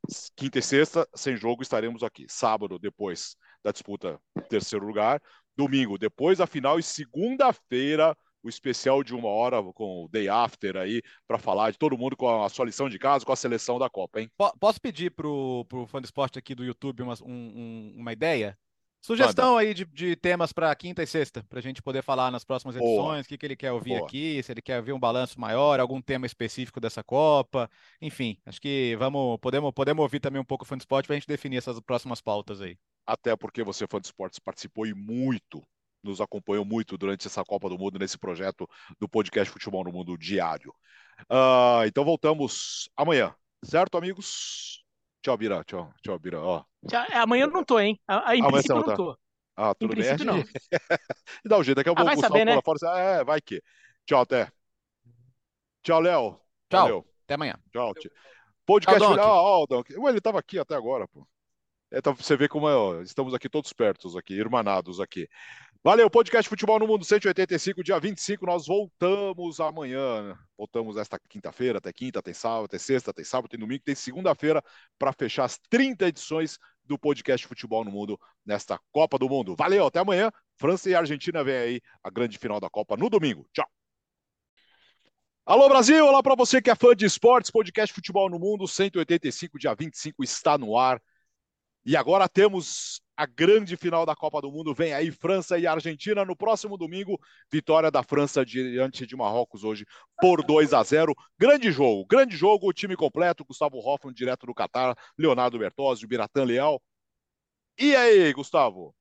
Quinta e sexta, sem jogo, estaremos aqui. Sábado, depois da disputa terceiro lugar. Domingo, depois da final. E segunda-feira, o especial de uma hora com o Day After aí, para falar de todo mundo com a sua lição de casa, com a seleção da Copa, hein? Posso pedir pro, pro fã do esporte aqui do YouTube uma, um, um, uma ideia? Manda. Sugestão aí de, de temas para quinta e sexta, para a gente poder falar nas próximas Boa. edições, o que, que ele quer ouvir Boa. aqui, se ele quer ouvir um balanço maior, algum tema específico dessa Copa, enfim, acho que vamos, podemos, podemos ouvir também um pouco o fã do esporte para a gente definir essas próximas pautas aí. Até porque você, fã de esportes, participou e muito, nos acompanhou muito durante essa Copa do Mundo, nesse projeto do podcast Futebol no Mundo Diário. Uh, então voltamos amanhã, certo, amigos? Tchau, Bira. Tchau, tchau, Bira. Ó. Tchau. Amanhã eu não tô, hein? A, a, em Amanhã princípio eu você não não tô. Ah, tudo Em bem. princípio, não. Dá um jeito, daqui a Ah, pouco vai o Gustavo saber, né? fala fora. É, vai que. Tchau, até. Tchau, Léo. Tchau. Valeu. Até amanhã. Tchau. Tchau. Podcast. Tchau, Donk. Ah, ó, Donk. Ué, ele tava aqui até agora, pô. É, tá, você vê como é, ó, estamos aqui todos pertos aqui, irmanados aqui. Valeu, podcast Futebol no Mundo cento e oitenta e cinco, dia vinte e cinco, nós voltamos amanhã. Voltamos esta quinta-feira, até quinta, tem sábado, tem sexta, tem sábado, tem domingo, tem segunda-feira para fechar as trinta edições do podcast Futebol no Mundo nesta Copa do Mundo. Valeu, até amanhã. França e Argentina vem aí a grande final da Copa no domingo. Tchau. Alô, Brasil! Olá para você que é fã de esportes, podcast Futebol no Mundo cento e oitenta e cinco, dia vinte e cinco, está no ar. E agora temos a grande final da Copa do Mundo. Vem aí França e Argentina no próximo domingo. Vitória da França diante de Marrocos hoje por dois a zero. Grande jogo, grande jogo. O time completo. Gustavo Hoffmann, direto do Catar. Leonardo Bertozzi, Biratan Leal. E aí, Gustavo?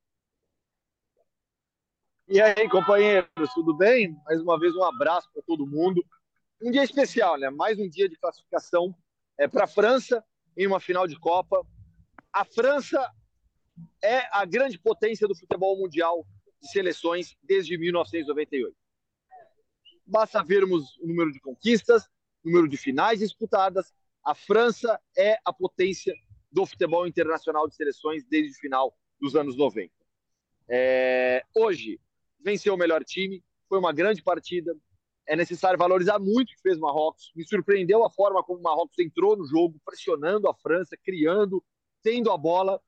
E aí, companheiros, tudo bem? Mais uma vez um abraço para todo mundo. Um dia especial, né? Mais um dia de classificação é, para a França em uma final de Copa. A França é a grande potência do futebol mundial de seleções desde mil novecentos e noventa e oito. Basta vermos o número de conquistas, o número de finais disputadas. A França é a potência do futebol internacional de seleções desde o final dos anos noventa. É... Hoje, venceu o melhor time, foi uma grande partida. É necessário valorizar muito o que fez o Marrocos. Me surpreendeu a forma como o Marrocos entrou no jogo, pressionando a França, criando, tendo a bola.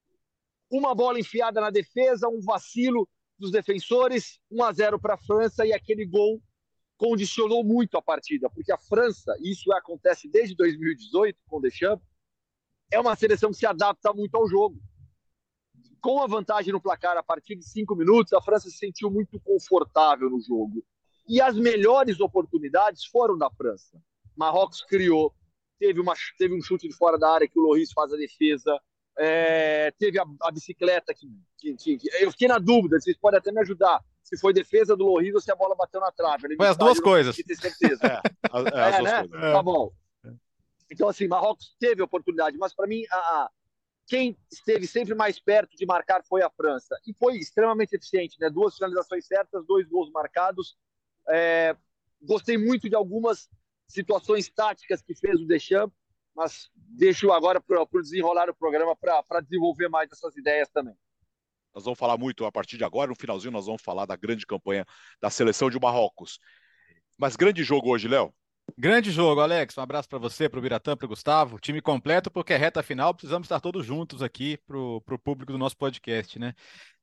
Uma bola enfiada na defesa, um vacilo dos defensores, um a zero para a França, e aquele gol condicionou muito a partida, porque a França, e isso acontece desde dois mil e dezoito com o Deschamps, é uma seleção que se adapta muito ao jogo. Com a vantagem no placar a partir de cinco minutos, a França se sentiu muito confortável no jogo. E as melhores oportunidades foram da França. Marrocos criou, teve, uma, teve um chute de fora da área que o Lloris faz a defesa, é, teve a, a bicicleta que, que, que, que... Eu fiquei na dúvida, vocês podem até me ajudar, se foi defesa do Lloris ou se a bola bateu na trave. Foi as duas coisas. Ter certeza. É, é, as é, duas né? coisas. Tá bom. Então, assim, Marrocos teve oportunidade, mas para mim, a, a, quem esteve sempre mais perto de marcar foi a França. E foi extremamente eficiente, né? Duas finalizações certas, dois gols marcados. É, gostei muito de algumas situações táticas que fez o Deschamps, mas deixo agora para o desenrolar o programa para desenvolver mais essas ideias também. Nós vamos falar muito a partir de agora, no finalzinho nós vamos falar da grande campanha da seleção de Marrocos. Mas grande jogo hoje, Léo. Grande jogo, Alex. Um abraço para você, para o Biratã, para o Gustavo. Time completo, porque é reta final, precisamos estar todos juntos aqui para o público do nosso podcast, né?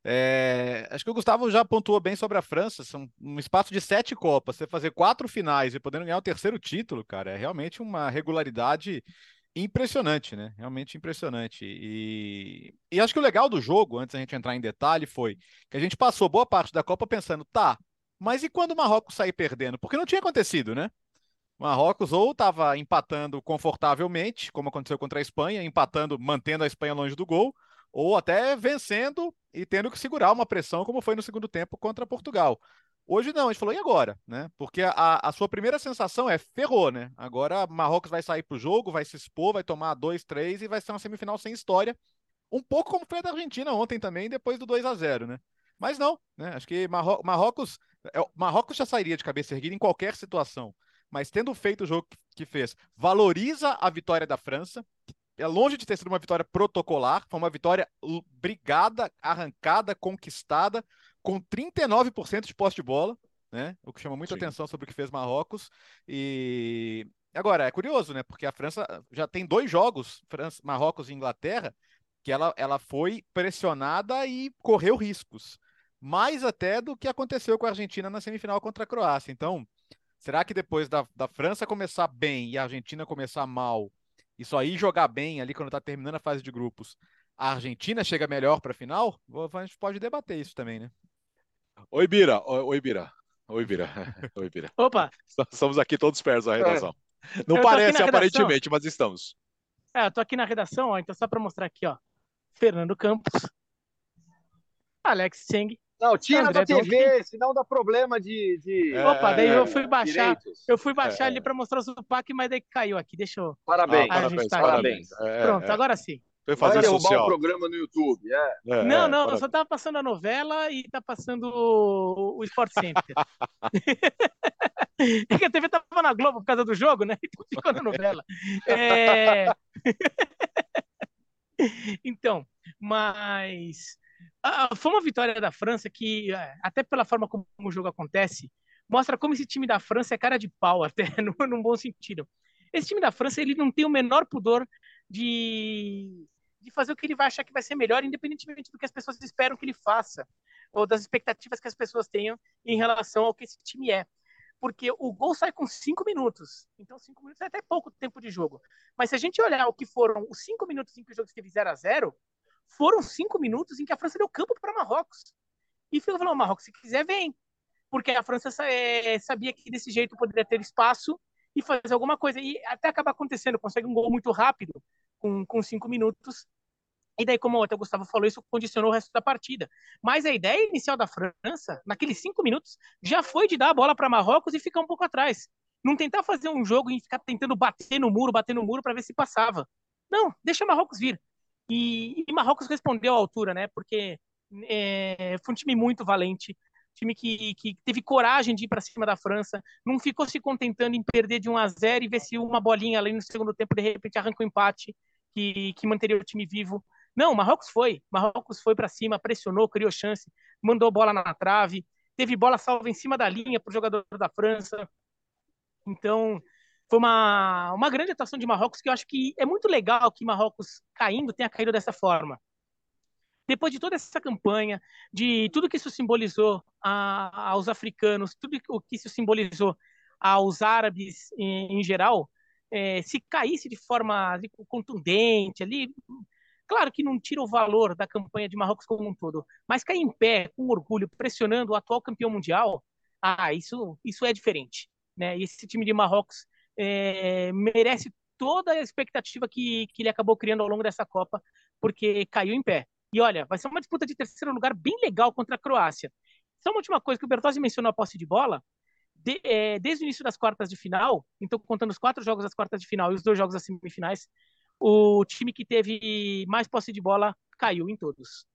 É, acho que o Gustavo já pontuou bem sobre a França. São um espaço de sete Copas. Você fazer quatro finais e podendo ganhar o terceiro título, cara, é realmente uma regularidade impressionante, né? Realmente impressionante. E, e acho que o legal do jogo, antes da gente entrar em detalhe, foi que a gente passou boa parte da Copa pensando, tá, mas e quando o Marrocos sair perdendo? Porque não tinha acontecido, né? Marrocos ou estava empatando confortavelmente, como aconteceu contra a Espanha, empatando, mantendo a Espanha longe do gol, ou até vencendo e tendo que segurar uma pressão, como foi no segundo tempo contra Portugal. Hoje não, a gente falou, e agora? Né? Porque a, a sua primeira sensação é ferrou, né? Agora Marrocos vai sair para o jogo, vai se expor, vai tomar dois, três e vai ser uma semifinal sem história. Um pouco como foi a da Argentina ontem também, depois do dois a zero, né? Mas não, né? Acho que Marro Marrocos, Marrocos já sairia de cabeça erguida em qualquer situação. Mas tendo feito o jogo que fez, valoriza a vitória da França. É longe de ter sido uma vitória protocolar, foi uma vitória brigada, arrancada, conquistada, com trinta e nove por cento de posse de bola, né? O que chama muita Sim. atenção sobre o que fez Marrocos. E, Agora, é curioso, né? Porque a França já tem dois jogos, França, Marrocos e Inglaterra, que ela, ela foi pressionada e correu riscos. Mais até do que aconteceu com a Argentina na semifinal contra a Croácia. Então, será que depois da, da França começar bem e a Argentina começar mal, e só aí jogar bem ali quando está terminando a fase de grupos, a Argentina chega melhor para a final? A gente pode debater isso também, né? Oi, Bira. Oi, Bira. Oi, Bira. Oi, Bira. Opa, Estamos aqui todos perto da É, redação. Não eu tô aqui na parece, redação. aparentemente, mas estamos. É, eu tô aqui na redação, ó, então só para mostrar aqui, ó. Fernando Campos, Alex Cheng, Não, tira da André Donk. T V, senão dá problema de, É, de, Opa, daí de eu é, fui baixar, direitos. eu fui baixar é, ali é. para mostrar o Zupac, mas daí caiu aqui. Deixa eu Ah, Parabéns, parabéns, ajustar aqui. parabéns. parabéns. Pronto, É, é. agora sim. Foi Vai fazer Agora sim. derrubar o social. programa no YouTube. É. É, Não, é, não, eu só parabéns. tava passando a novela e tá passando o, o Sport Center. É que a T V tava na Globo por causa do jogo, né? Então ficou na novela. É, Então, mas ah, foi uma vitória da França que, eh, até pela forma como o jogo acontece, mostra como esse time da França é cara de pau, até no, num bom sentido. Esse time da França, ele não tem o menor pudor de, de fazer o que ele vai achar que vai ser melhor, independentemente do que as pessoas esperam que ele faça, ou das expectativas que as pessoas tenham em relação ao que esse time é. Porque o gol sai com cinco minutos. Então, cinco minutos é até pouco tempo de jogo. Mas se a gente olhar o que foram os cinco minutos em que o jogo esteve zero a zero, foram cinco minutos em que a França deu campo para Marrocos. E falou: Marrocos, se quiser, vem. Porque a França é, sabia que desse jeito poderia ter espaço e fazer alguma coisa. E até acaba acontecendo, consegue um gol muito rápido, com, com cinco minutos. E daí, como até o Gustavo falou, isso condicionou o resto da partida. Mas a ideia inicial da França, naqueles cinco minutos, já foi de dar a bola para Marrocos e ficar um pouco atrás. Não tentar fazer um jogo e ficar tentando bater no muro, bater no muro para ver se passava. Não, deixa Marrocos vir. E, e Marrocos respondeu à altura, né? Porque é, foi um time muito valente, time que, que teve coragem de ir para cima da França, não ficou se contentando em perder de um a zero e ver se uma bolinha ali no segundo tempo de repente arranca um empate que, que manteria o time vivo. Não, o Marrocos foi. Marrocos foi para cima, pressionou, criou chance, mandou bola na trave, teve bola salva em cima da linha para o jogador da França. Então, foi uma, uma grande atuação de Marrocos que eu acho que é muito legal que Marrocos caindo tenha caído dessa forma. Depois de toda essa campanha, de tudo que isso simbolizou a, aos africanos, tudo o que isso simbolizou aos árabes em, em geral, é, se caísse de forma contundente ali, claro que não tira o valor da campanha de Marrocos como um todo, mas cair em pé, com orgulho, pressionando o atual campeão mundial, ah, isso, isso é diferente. Né? E esse time de Marrocos é, merece toda a expectativa que, que ele acabou criando ao longo dessa Copa, porque caiu em pé. E olha, vai ser uma disputa de terceiro lugar bem legal contra a Croácia. Só uma última coisa que o Bertozzi mencionou a posse de bola, de, é, desde o início das quartas de final, então contando os quatro jogos das quartas de final e os dois jogos das semifinais, o time que teve mais posse de bola caiu em todos.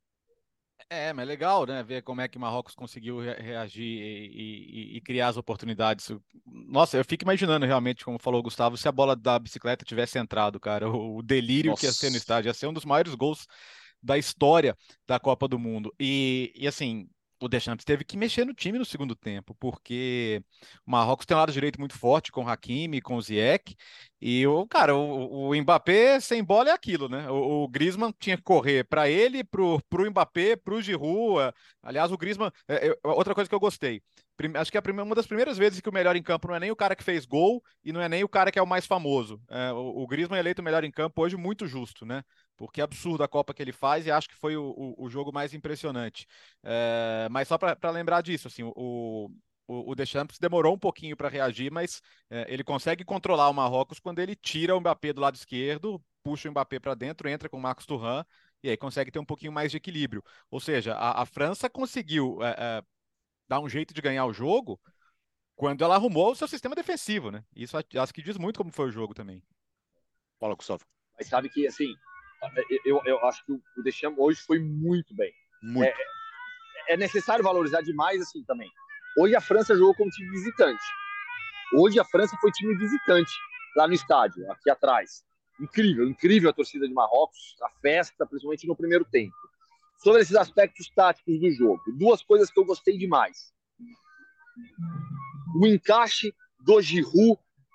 É, mas é legal, né? Ver como é que Marrocos conseguiu re reagir e, e, e, criar as oportunidades. Nossa, eu fico imaginando realmente, como falou o Gustavo, se a bola da bicicleta tivesse entrado, cara, o, o delírio Nossa. que ia ser no estádio, ia ser um dos maiores gols da história da Copa do Mundo. E, e assim, o Deschamps teve que mexer no time no segundo tempo, porque o Marrocos tem um lado direito muito forte com o Hakimi, com o Ziyech, e o cara, o, o Mbappé sem bola é aquilo, né? O, o Griezmann tinha que correr para ele, pro, pro Mbappé, pro Giroud. Aliás, o Griezmann, é, é, outra coisa que eu gostei. Prime, acho que é a primeira, uma das primeiras vezes que o melhor em campo não é nem o cara que fez gol e não é nem o cara que é o mais famoso. É, o, o Griezmann é eleito o melhor em campo hoje muito justo, né? Porque é absurdo a Copa que ele faz e acho que foi o, o, o jogo mais impressionante. É, mas só para lembrar disso, assim, o, o, o Deschamps demorou um pouquinho para reagir, mas é, ele consegue controlar o Marrocos quando ele tira o Mbappé do lado esquerdo, puxa o Mbappé para dentro, entra com o Marcos Thuram e aí consegue ter um pouquinho mais de equilíbrio. Ou seja, a, a França conseguiu é, é, dar um jeito de ganhar o jogo quando ela arrumou o seu sistema defensivo, né? Isso acho que diz muito como foi o jogo também. Fala, Gustavo. Mas sabe que, assim, eu, eu acho que o Deschamps hoje foi muito bem. Muito. É, é necessário valorizar demais, assim, também. Hoje a França jogou como time visitante. Hoje a França foi time visitante lá no estádio, aqui atrás. Incrível, incrível a torcida de Marrocos, a festa, principalmente no primeiro tempo. Sobre esses aspectos táticos do jogo, duas coisas que eu gostei demais. O encaixe do Giroud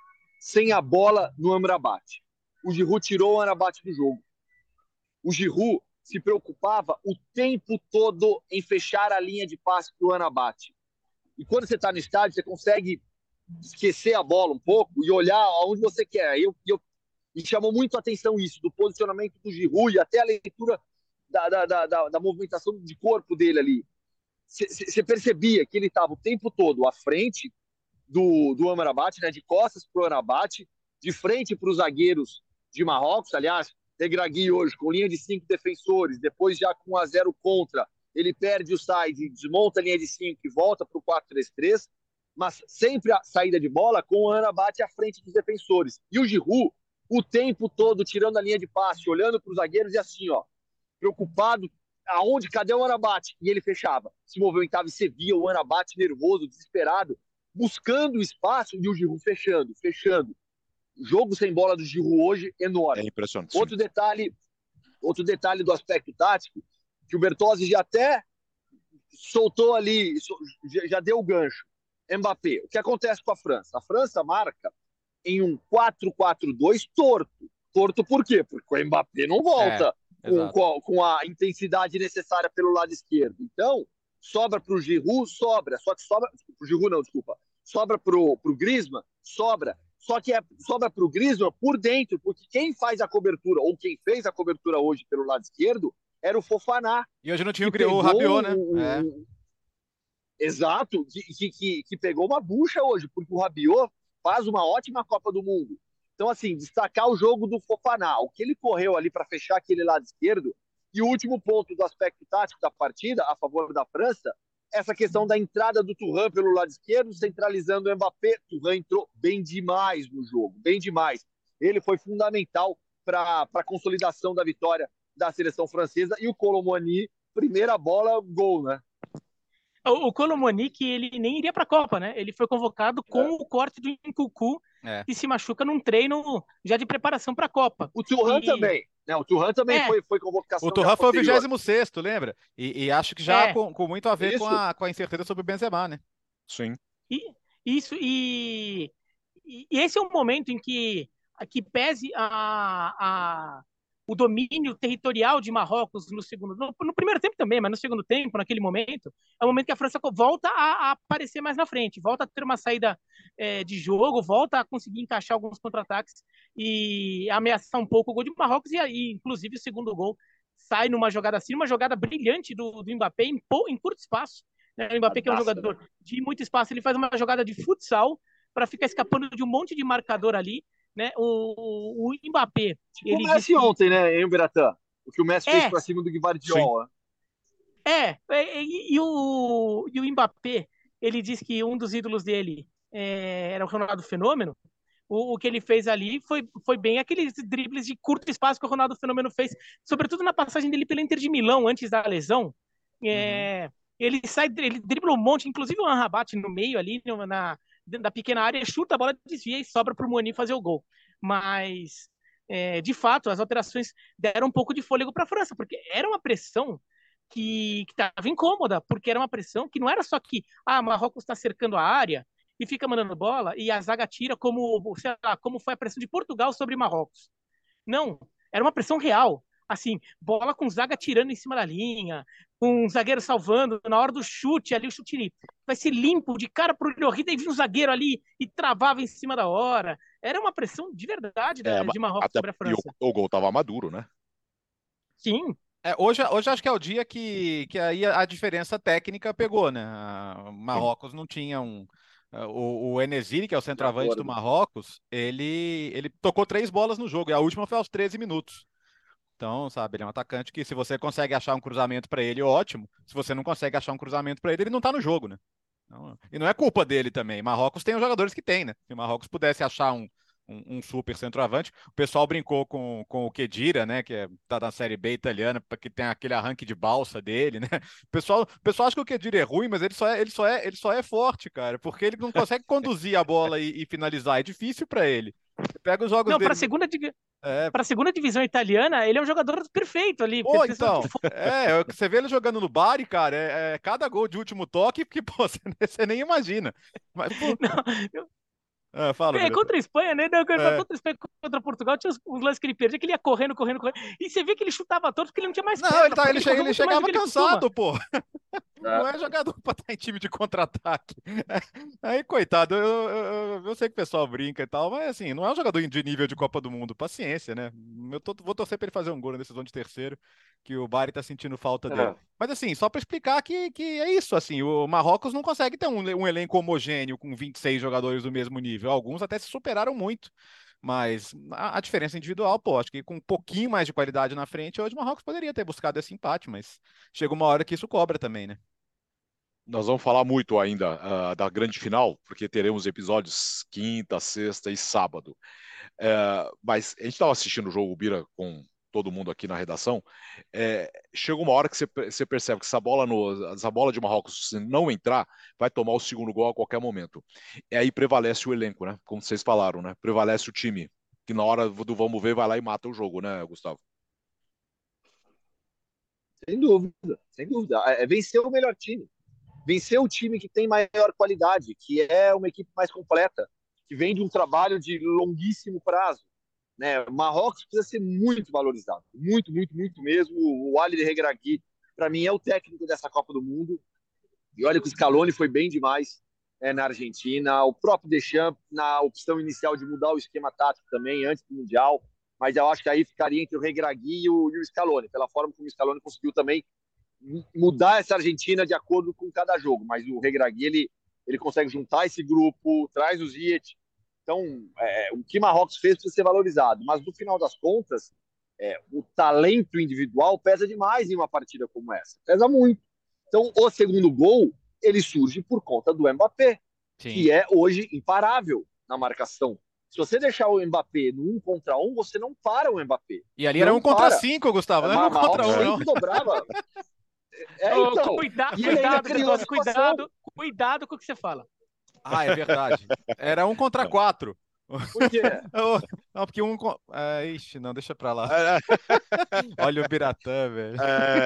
sem a bola no Amrabat. O Giroud tirou o Amrabat do jogo. O Giroud se preocupava o tempo todo em fechar a linha de passe para o Amrabat. E quando você está no estádio, você consegue esquecer a bola um pouco e olhar aonde você quer. Eu, eu, e chamou muito a atenção isso, do posicionamento do Giroud e até a leitura da, da, da, da, da movimentação de corpo dele ali. Você percebia que ele estava o tempo todo à frente do, do Amrabat, né, de costas para o Amrabat, de frente para os zagueiros de Marrocos. Aliás, Regragui hoje com linha de cinco defensores, depois já com um a zero contra, ele perde o side, desmonta a linha de cinco e volta para o quatro três três, mas sempre a saída de bola com o Amrabat à frente dos defensores. E o Giroud, o tempo todo, tirando a linha de passe, olhando para os zagueiros e assim, ó, preocupado, aonde, cadê o Amrabat? E ele fechava, se movimentava e você via o Amrabat nervoso, desesperado, buscando o espaço e o Giroud fechando, fechando. Jogo sem bola do Giroud hoje, enorme. É impressionante. Outro detalhe, outro detalhe do aspecto tático, que o Bertozzi já até soltou ali, já deu o gancho. Mbappé, o que acontece com a França? A França marca em um quatro quatro dois torto. Torto por quê? Porque o Mbappé não volta é, com, com, com a intensidade necessária pelo lado esquerdo. Então, sobra para o Giroud, sobra. Só que sobra... Pro Giroud não, desculpa. Sobra para o Griezmann, sobra. Só que é, sobra para o Griezmann por dentro, porque quem faz a cobertura, ou quem fez a cobertura hoje pelo lado esquerdo, era o Fofaná. E hoje não tinha o, o Rabiot, né? O, é. Exato, que, que, que pegou uma bucha hoje, porque o Rabiot faz uma ótima Copa do Mundo. Então, assim, destacar o jogo do Fofaná, o que ele correu ali para fechar aquele lado esquerdo. E o último ponto do aspecto tático da partida, a favor da França, essa questão da entrada do Thuram pelo lado esquerdo, centralizando o Mbappé. Thuram entrou bem demais no jogo, bem demais. Ele foi fundamental para a consolidação da vitória da seleção francesa. E o Kolo Muani, primeira bola, gol, né? O, o Kolo Muani, que ele nem iria para a Copa, né? Ele foi convocado com é. o corte do Nkunku, é. que se machuca num treino já de preparação para a Copa. O Thuram e... também. Não, o Thuram também é. foi, foi convocação. O Thuram foi o vigésimo sexto, lembra? E, e acho que já é. com, com muito a ver com a, com a incerteza sobre o Benzema, né? Sim. E, isso, e, e esse é um momento em que, que pese a, a, o domínio territorial de Marrocos no segundo, no, no primeiro tempo também, mas no segundo tempo, naquele momento, é o momento que a França volta a, a aparecer mais na frente, volta a ter uma saída é, de jogo, volta a conseguir encaixar alguns contra-ataques e ameaçar um pouco o gol de Marrocos, e aí, inclusive, o segundo gol sai numa jogada assim, uma jogada brilhante do, do Mbappé em, em curto espaço. Né? O Mbappé, que é um jogador de muito espaço, ele faz uma jogada de futsal para ficar escapando de um monte de marcador ali. Né? O, o, o Mbappé. Tipo ele o Messi disse... ontem, né, em Biratã? O que o Messi é. fez para cima do Guardiola. É, é e, e, o, e o Mbappé, ele disse que um dos ídolos dele é, era o Ronaldo Fenômeno. O, o que ele fez ali foi, foi bem aqueles dribles de curto espaço que o Ronaldo Fenômeno fez, sobretudo na passagem dele pelo Inter de Milão, antes da lesão. É, uhum. Ele sai, ele dribla um monte, inclusive o Amrabat no meio ali, na, dentro da pequena área, chuta a bola, desvia e sobra para o Muani fazer o gol. Mas, é, de fato, as alterações deram um pouco de fôlego para a França, porque era uma pressão que estava incômoda, porque era uma pressão que não era só que ah, Marrocos está cercando a área e fica mandando bola e a zaga tira como, sei lá, como foi a pressão de Portugal sobre Marrocos. Não, era uma pressão real. Assim, bola com zaga tirando em cima da linha, com um zagueiro salvando, na hora do chute ali, o chute vai ser limpo, de cara pro Lloris, daí vinha um zagueiro ali e travava em cima da hora. Era uma pressão de verdade da, é, de Marrocos sobre a França. E o, o gol tava maduro, né? Sim. É, hoje, hoje acho que é o dia que, que aí a diferença técnica pegou, né? A Marrocos não tinha um... O, o En-Nesyri, que é o centroavante do Marrocos, ele, ele tocou três bolas no jogo, e a última foi aos treze minutos. Então, sabe, ele é um atacante que se você consegue achar um cruzamento para ele, ótimo. Se você não consegue achar um cruzamento para ele, ele não tá no jogo, né? Então, e não é culpa dele também. Marrocos tem os jogadores que tem, né? Se o Marrocos pudesse achar um, um, um super centroavante, o pessoal brincou com, com o Khedira, né? Que é, tá na Série B italiana, que tem aquele arranque de balsa dele, né? O pessoal, o pessoal acha que o Khedira é ruim, mas ele só é, ele só é, ele só é forte, cara, porque ele não consegue conduzir a bola e, e finalizar. É difícil para ele. Você pega os jogos não, dele... para segunda div... é. para segunda divisão italiana, ele é um jogador perfeito ali. Pô, então, é, você vê ele jogando no Bari, cara, é, é cada gol de último toque que, pô, você, você nem imagina. Mas, pô... não, eu... Ah, fala, É, Biratan. contra a Espanha, né? Não, É. contra a Espanha, contra Portugal, tinha os, os lances que ele perdia, que ele ia correndo, correndo, correndo. E você vê que ele chutava todos porque ele não tinha mais Não, perna, ele, tá, porque ele, ele che- correu ele muito mais do chegava que ele costuma. cansado, pô. É. Não é jogador pra estar em time de contra-ataque. Aí, coitado, eu, eu, eu- eu sei que o pessoal brinca e tal, mas assim, não é um jogador de nível de Copa do Mundo. Paciência, né? Eu tô- vou torcer pra ele fazer um gol na decisão de terceiro, que o Bari tá sentindo falta dele. É. Mas assim, só pra explicar que, que é isso, assim, o Marrocos não consegue ter um, um elenco homogêneo com vinte e seis jogadores do mesmo nível. Alguns até se superaram muito. Mas a, a diferença individual, pô, acho que com um pouquinho mais de qualidade na frente, hoje o Marrocos poderia ter buscado esse empate, mas chega uma hora que isso cobra também, né? Nós vamos falar muito ainda uh, da grande final, porque teremos episódios quinta, sexta e sábado. É, mas a gente estava assistindo o jogo, o Bira, com todo mundo aqui na redação. É, chega uma hora que você, você percebe que essa bola, no, essa bola de Marrocos, se não entrar, vai tomar o segundo gol a qualquer momento. E aí prevalece o elenco, né? Como vocês falaram, né? Prevalece o time, que na hora do vamos ver vai lá e mata o jogo, né, Gustavo? Sem dúvida, sem dúvida. É vencer o melhor time. Vencer o time que tem maior qualidade, que é uma equipe mais completa, que vem de um trabalho de longuíssimo prazo. Né? O Marrocos precisa ser muito valorizado. Muito, muito, muito mesmo. O Ali Regragui, para mim, é o técnico dessa Copa do Mundo. E olha que o Scaloni foi bem demais é, na Argentina. O próprio Deschamps, na opção inicial de mudar o esquema tático também, antes do Mundial. Mas eu acho que aí ficaria entre o Regragui e o, e o Scaloni, pela forma como o Scaloni conseguiu também mudar essa Argentina de acordo com cada jogo. Mas o Regragui, ele, ele consegue juntar esse grupo, traz os Ziyech. Então, é, o que Marrocos fez precisa ser valorizado. Mas, no final das contas, é, o talento individual pesa demais em uma partida como essa. Pesa muito. Então, o segundo gol, ele surge por conta do Mbappé, Sim. que é hoje imparável na marcação. Se você deixar o Mbappé no um contra um, você não para o Mbappé. E ali não era um contra para. cinco, Gustavo, não É, era um contra Marrocos um, não. sempre dobrava. É, Ô, então. cuida- E ele ainda cuidado, criou a Gustavo, situação. cuidado, cuidado com o que você fala. Ah, é verdade. Era um contra quatro. Por quê? Não, porque um. con- Ah, ixi, não, deixa pra lá. É, Olha o Biratã, velho.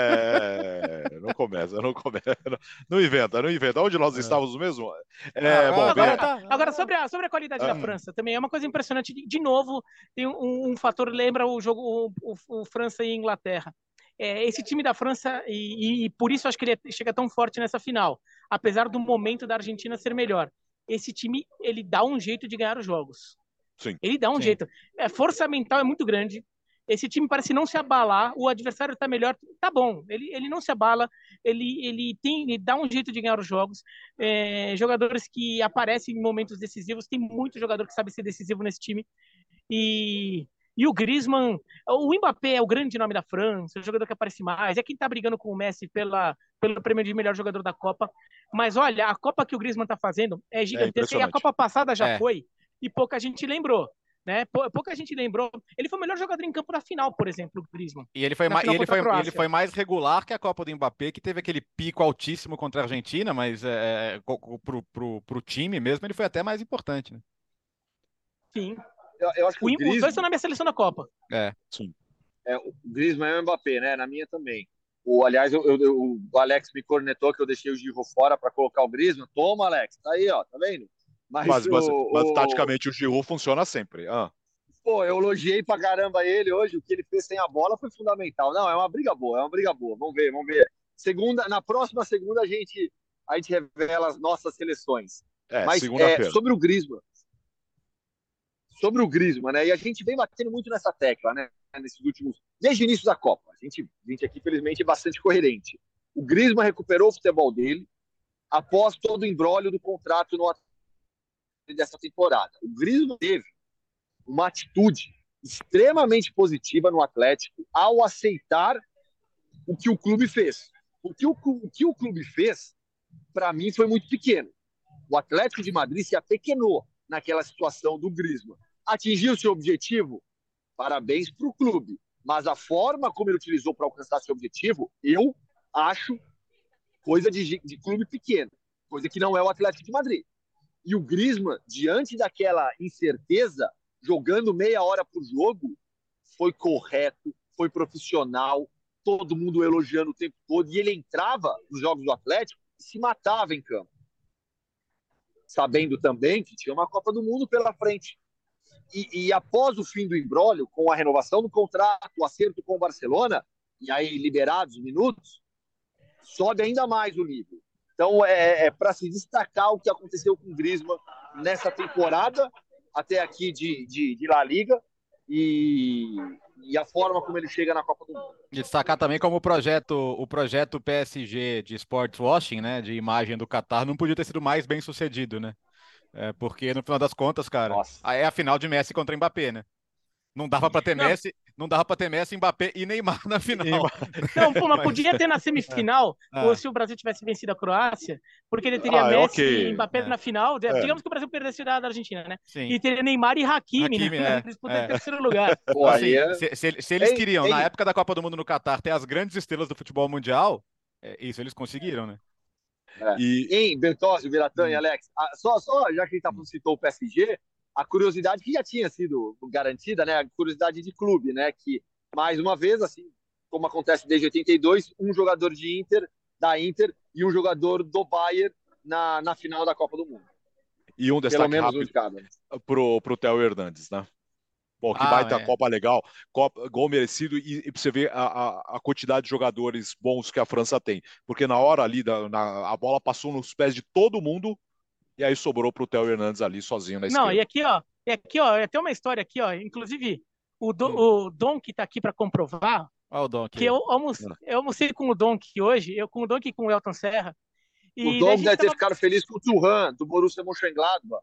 é, não começa, não começa. Não, não inventa, não inventa. Onde nós É. estávamos mesmo? É, Ah, bom, agora bem, tá. Agora, sobre a, sobre a qualidade da Ah. França, também é uma coisa impressionante. De, de novo, tem um, um fator, lembra o jogo, o, o- o França e Inglaterra. É, esse time da França, e, e- e por isso acho que ele é- chega tão forte nessa final, apesar do momento da Argentina ser melhor. Esse time, ele dá um jeito de ganhar os jogos. Sim. Ele dá um Sim. jeito. É, força mental é muito grande. Esse time parece não se abalar. O adversário está melhor. Tá bom. Ele, ele não se abala. Ele, ele, tem, ele dá um jeito de ganhar os jogos. É, jogadores que aparecem em momentos decisivos. Tem muito jogador que sabe ser decisivo nesse time. E, e o Griezmann. O Mbappé é o grande nome da França. O jogador que aparece mais. É quem está brigando com o Messi pela, pelo prêmio de melhor jogador da Copa. Mas olha, a Copa que o Griezmann está fazendo é gigantesca. E a impressionante. Copa passada já É. foi. E pouca gente lembrou. Né? Pou- Pouca gente lembrou. Ele foi o melhor jogador em campo da final, por exemplo, o Griezmann. E ele foi, Na ma- final e ele, contra a foi, Croácia. ele foi mais regular que a Copa do Mbappé, que teve aquele pico altíssimo contra a Argentina, mas é, co- co- pro, pro, pro time mesmo ele foi até mais importante, né? Sim. Eu, eu acho que O, o os dois Griezmann, estão na minha seleção da Copa. É. Sim. é, o Griezmann é o Mbappé, né? Na minha também. O, aliás, eu, eu- eu- o Alex me cornetou que eu deixei o Giroud fora para colocar o Griezmann. Toma, Alex. Tá aí, ó. Tá vendo? Mas, Mas, mas, o, mas o- taticamente o Giroud funciona sempre. Ah. Pô, eu elogiei pra caramba ele hoje. O que ele fez sem a bola foi fundamental. Não, é uma briga boa, é uma briga boa. Vamos ver, vamos ver. Segunda, na próxima segunda a gente, a gente revela as nossas seleções. É, Mas é, segunda-feira. sobre o Griezmann, sobre o Griezmann, né? E a gente vem batendo muito nessa tecla, né? Nesses últimos, desde o início da Copa. A gente, a gente aqui, felizmente, é bastante coerente. O Griezmann recuperou o futebol dele após todo o imbróglio do contrato no dessa temporada. O Griezmann teve uma atitude extremamente positiva no Atlético ao aceitar o que o clube fez. O que o, o, que o clube fez, para mim, foi muito pequeno. O Atlético de Madrid se apequenou naquela situação do Griezmann. Atingiu seu objetivo? Parabéns para o clube. Mas a forma como ele utilizou para alcançar seu objetivo, eu acho coisa de, de clube pequeno. Coisa que não é o Atlético de Madrid. E o Griezmann, diante daquela incerteza, jogando meia hora por jogo, foi correto, foi profissional, todo mundo elogiando o tempo todo, e ele entrava nos jogos do Atlético e se matava em campo. sabendo também que tinha uma Copa do Mundo pela frente. E, e após o fim do imbróglio, com a renovação do contrato, o acerto com o Barcelona, e aí liberados os minutos, sobe ainda mais o nível. Então, é, é para se destacar o que aconteceu com o Griezmann nessa temporada, até aqui de, de, de La Liga, e, e a forma como ele chega na Copa do Mundo. Destacar também como o projeto, o projeto P S G de sports washing, né, de imagem do Qatar, não podia ter sido mais bem sucedido, né? É, porque no final das contas, cara, Nossa. aí é a final de Messi contra Mbappé, né? Não dava para ter Não. Messi, não dava para ter Messi, Mbappé e Neymar na final. Não, pô, mas Mas- podia ter na semifinal, Ah. ou se o Brasil tivesse vencido a Croácia, porque ele teria Ah, Messi ok. e Mbappé É. na final. É. Digamos que o Brasil perdesse da da Argentina, né? Sim. E teria Neymar e Hakimi, Hakimi, né? é, Disputando é. em terceiro lugar. Pô, Assim, aí é... se, se- se eles Ei, queriam, na ei. época da Copa do Mundo no Catar, ter as grandes estrelas do futebol mundial, é, isso eles conseguiram, né? É. E Em Bertozzi, Biratã e Hum. Alex, a- só, só já que a gente tá, citou o P S G, a curiosidade que já tinha sido garantida, né? A curiosidade de clube, né? Que, mais uma vez, assim como acontece desde oitenta e dois, um jogador de Inter, da Inter e um jogador do Bayern na, na final da Copa do Mundo. e um Pelo destaque menos um rápido de cada. pro, pro Theo Hernandes, né? Bom, que Ah, baita é. Copa legal, Copa, gol merecido, e, e pra você ver a, a, a quantidade de jogadores bons que a França tem. Porque na hora ali, da, na, a bola passou nos pés de todo mundo, e aí sobrou pro Theo Hernandes ali sozinho na Não, esquerda. e aqui, ó, e aqui, ó, tem uma história aqui, ó. Inclusive, o, Do, Hum. o Don que tá aqui para comprovar, Olha o Dom aqui. que eu almocei, eu almocei com o Don aqui hoje, eu com o Don e com o Elton Serra. O E daí a Dom gente deve ter tava ficado feliz com o Thuram, do Borussia Mönchengladbach.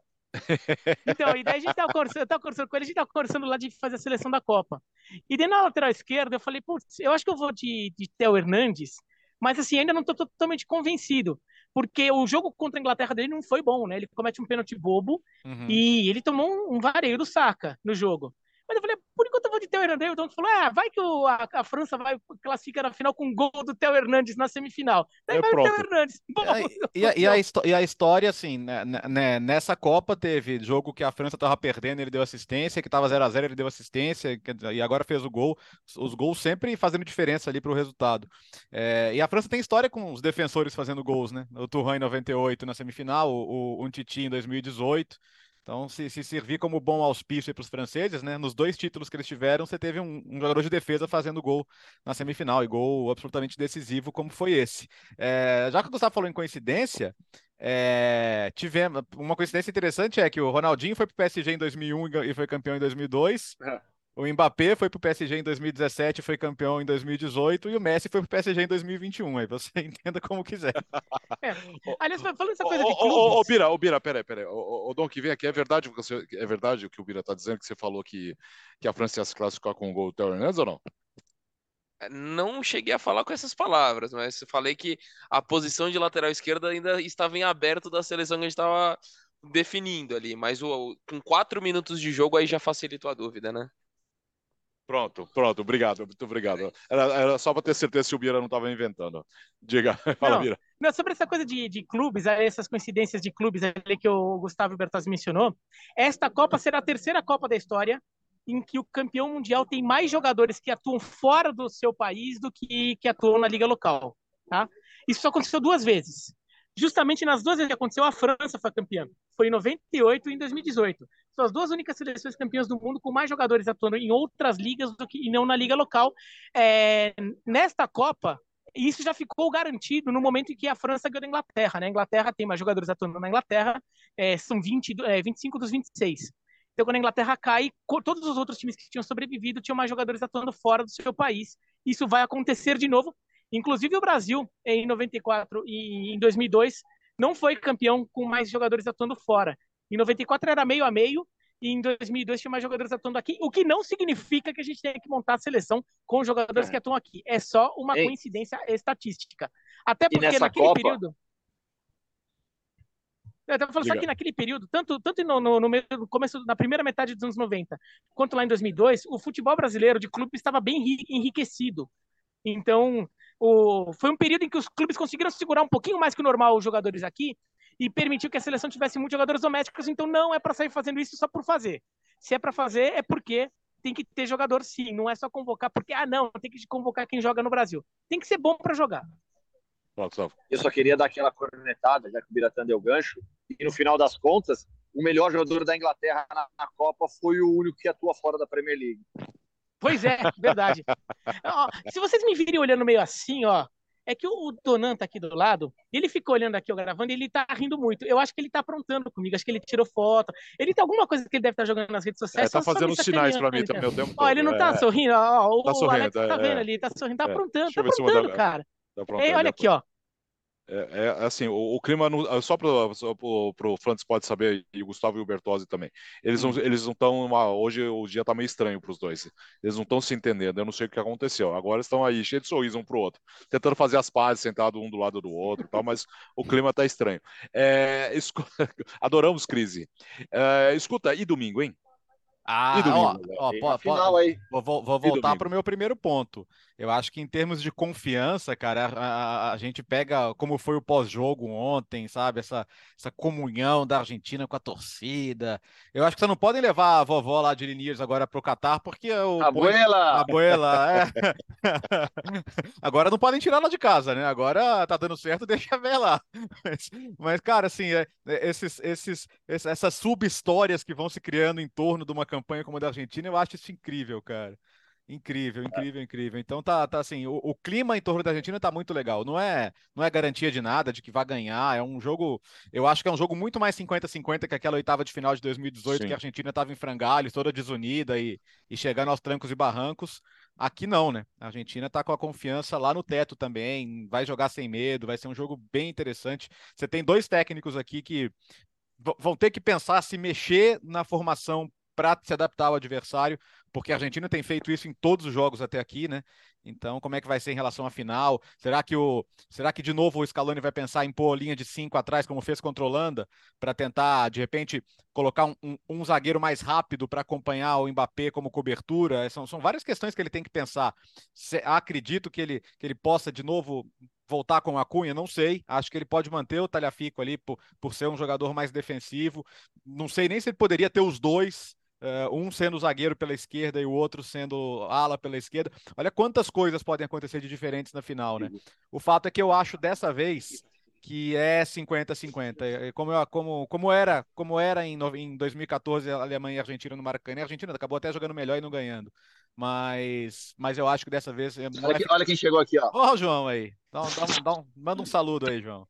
Então, e daí a gente tava conversando, eu tava conversando com ele, a gente tava conversando lá de fazer a seleção da Copa. E daí na lateral esquerda, eu falei, putz, eu acho que eu vou de, de Theo Hernandes, mas assim, ainda não tô totalmente convencido, porque o jogo contra a Inglaterra dele não foi bom, né? Ele comete um pênalti bobo Uhum. e ele tomou um, um vareio do Saka no jogo. Mas eu falei, por enquanto eu vou de Theo Hernandes. Então falou, ah, vai que o, a, a França vai classificar na final com um gol do Theo Hernandes na semifinal. Daí É, vai o Theo pronto. Hernandes. Bom, E, a, e, a, histó- e a história, assim, né, né, nessa Copa teve jogo que a França tava perdendo, ele deu assistência, que tava zero a zero, ele deu assistência, quer dizer, e agora fez o gol. Os gols sempre fazendo diferença ali pro resultado. É, e a França tem história com os defensores fazendo gols, né? O Thuram em noventa e oito na semifinal, o, o Umtiti em dois mil e dezoito. Então, se, se servir como bom auspício para os franceses, né? Nos dois títulos que eles tiveram, você teve um, um jogador de defesa fazendo gol na semifinal, e gol absolutamente decisivo, como foi esse. É, já que o Gustavo falou em coincidência, é, tivemos uma coincidência interessante é que o Ronaldinho foi para o P S G em dois mil e um e foi campeão em dois mil e dois. O Mbappé foi para o P S G em dois mil e dezessete e foi campeão em dois mil e dezoito, e o Messi foi para o P S G em dois mil e vinte e um. Aí você entenda como quiser. é. Aliás, falando essa Ô, coisa de ô, ô, clubes... ô, Bira, ô, Bira, peraí, peraí. Ô, ô, Dom, que vem aqui, é verdade, você, é verdade o que o Bira tá dizendo, que você falou que, que a França ia se classificar com o gol do Theo Hernandes ou não? Não cheguei a falar com essas palavras, mas eu falei que a posição de lateral esquerda ainda estava em aberto da seleção que a gente estava definindo ali, mas o, com quatro minutos de jogo aí já facilitou a dúvida, né? Pronto, pronto, obrigado, muito obrigado. Era, era só para ter certeza se o Bira não estava inventando. Diga, fala, Não, Bira. não, sobre essa coisa de, de clubes, essas coincidências de clubes ali que o Gustavo Bertozzi mencionou, esta Copa será a terceira Copa da história em que o campeão mundial tem mais jogadores que atuam fora do seu país do que que atuam na liga local, tá? Isso só aconteceu duas vezes. Justamente nas duas vezes que aconteceu, a França foi campeã. Foi em noventa e oito e em dois mil e dezoito. São as duas únicas seleções campeãs do mundo com mais jogadores atuando em outras ligas do que e não na liga local. É, nesta Copa, isso já ficou garantido no momento em que a França ganhou da Inglaterra, né? A Inglaterra tem mais jogadores atuando na Inglaterra, é, são vinte, é, vinte e cinco dos vinte e seis. Então, quando a Inglaterra cai, todos os outros times que tinham sobrevivido tinham mais jogadores atuando fora do seu país. Isso vai acontecer de novo. Inclusive, o Brasil, em noventa e quatro e em dois mil e dois, não foi campeão com mais jogadores atuando fora. Em noventa e quatro era meio a meio, e em dois mil e dois tinha mais jogadores atuando aqui, o que não significa que a gente tenha que montar a seleção com os jogadores É. que atuam aqui. É só uma Ei. coincidência estatística. Até E porque nessa naquele Copa- período... Eu estava falando só Diga. que naquele período, tanto, tanto no, no, no, meio- no começo, na primeira metade dos anos noventa, quanto lá em dois mil e dois, o futebol brasileiro de clube estava bem enri- enriquecido. Então, o, foi um período em que os clubes conseguiram segurar um pouquinho mais que o normal os jogadores aqui e permitiu que a seleção tivesse muitos jogadores domésticos. Então, não é para sair fazendo isso só por fazer. Se é para fazer, é porque tem que ter jogador sim. Não é só convocar porque, ah, não, tem que convocar quem joga no Brasil. Tem que ser bom para jogar. Eu só queria dar aquela cornetada, já que o Biratã deu gancho, e no final das contas, o melhor jogador da Inglaterra na, na Copa foi o único que atua fora da Premier League. Pois é, verdade. Ó, se vocês me virem olhando meio assim, ó, é que o Donan tá aqui do lado, ele fica olhando aqui, ó, gravando, e ele tá rindo muito. Eu acho que ele tá aprontando comigo, acho que ele tirou foto. Ele tem alguma coisa que ele deve estar jogando nas redes sociais. É, tá só- só fazendo me sinais sacaneando, pra mim né? também o tempo Ó, ele todo. não tá É, sorrindo, ó, tá o Alex sorrindo. tá vendo É, ali, tá sorrindo, tá é. aprontando, Deixa tá eu ver se eu vou aprontando, dar. cara. Tá pronto, É, ele olha é- aqui, ó. É, é, assim, o, o clima, no- só para o Francis pode saber, e o Gustavo e o Bertozzi também. Eles não Hum. eles não estão. Hoje o dia tá meio estranho para os dois. Eles não estão se entendendo. Eu não sei o que aconteceu. Agora estão aí, cheios de sorriso um pro outro, tentando fazer as pazes, sentado um do lado do outro, e tal, mas o clima tá estranho. É, escu- Adoramos crise. É, escuta, e domingo, hein? E Ah, ó, domingo? ó, Tem uma po- po- final aí. vou, vou- vou E voltar para o domingo? meu primeiro ponto. Eu acho que em termos de confiança, cara, a, a- a gente pega como foi o pós-jogo ontem, sabe? Essa, essa comunhão da Argentina com a torcida. Eu acho que vocês não podem levar a vovó lá de Liniers agora para o Catar, porque o point, a Abuela! abuela, é. Agora não podem tirar ela de casa, né? Agora tá dando certo, deixa a ver lá. Mas, mas, cara, assim, é- é- esses, esses, ess- essas sub-histórias que vão se criando em torno de uma campanha como a da Argentina, eu acho isso incrível, cara. Incrível, incrível, incrível. Então tá, tá assim, o, o clima em torno da Argentina tá muito legal. Não é, não é garantia de nada, de que vai ganhar. É um jogo, eu acho que é um jogo muito mais cinquenta a cinquenta que aquela oitava de final de dois mil e dezoito, que a Sim. Argentina estava em frangalhos, toda desunida e, e chegando aos trancos e barrancos. Aqui não, né? A Argentina tá com a confiança lá no teto também, vai jogar sem medo, vai ser um jogo bem interessante. Você tem dois técnicos aqui que v- vão ter que pensar se mexer na formação para se adaptar ao adversário, porque a Argentina tem feito isso em todos os jogos até aqui, né? Então, como é que vai ser em relação à final? Será que o, será que de novo o Scaloni vai pensar em pôr a linha de cinco atrás, como fez contra a Holanda, para tentar de repente colocar um, um- um zagueiro mais rápido para acompanhar o Mbappé como cobertura? São, são várias questões que ele tem que pensar. Se- acredito que ele, que ele possa de novo voltar com a Cunha, não sei. Acho que ele pode manter o Tagliafico ali por, por ser um jogador mais defensivo. Não sei nem se ele poderia ter os dois, eh, um sendo zagueiro pela esquerda e o outro sendo ala pela esquerda. Olha quantas coisas podem acontecer de diferentes na final, né? O fato é que eu acho dessa vez que é cinquenta a cinquenta. É, Como, eu- como, como era, como era em, no- em dois mil e quatorze, a Alemanha e a Argentina no Maracanã. A Argentina acabou até jogando melhor e não ganhando. Mas, mas eu acho que dessa vez eh, não Olha, vai que- ficar. olha quem chegou aqui, ó. Ó, o João aí. Dá um- dá um- dá um- manda um saludo aí, João.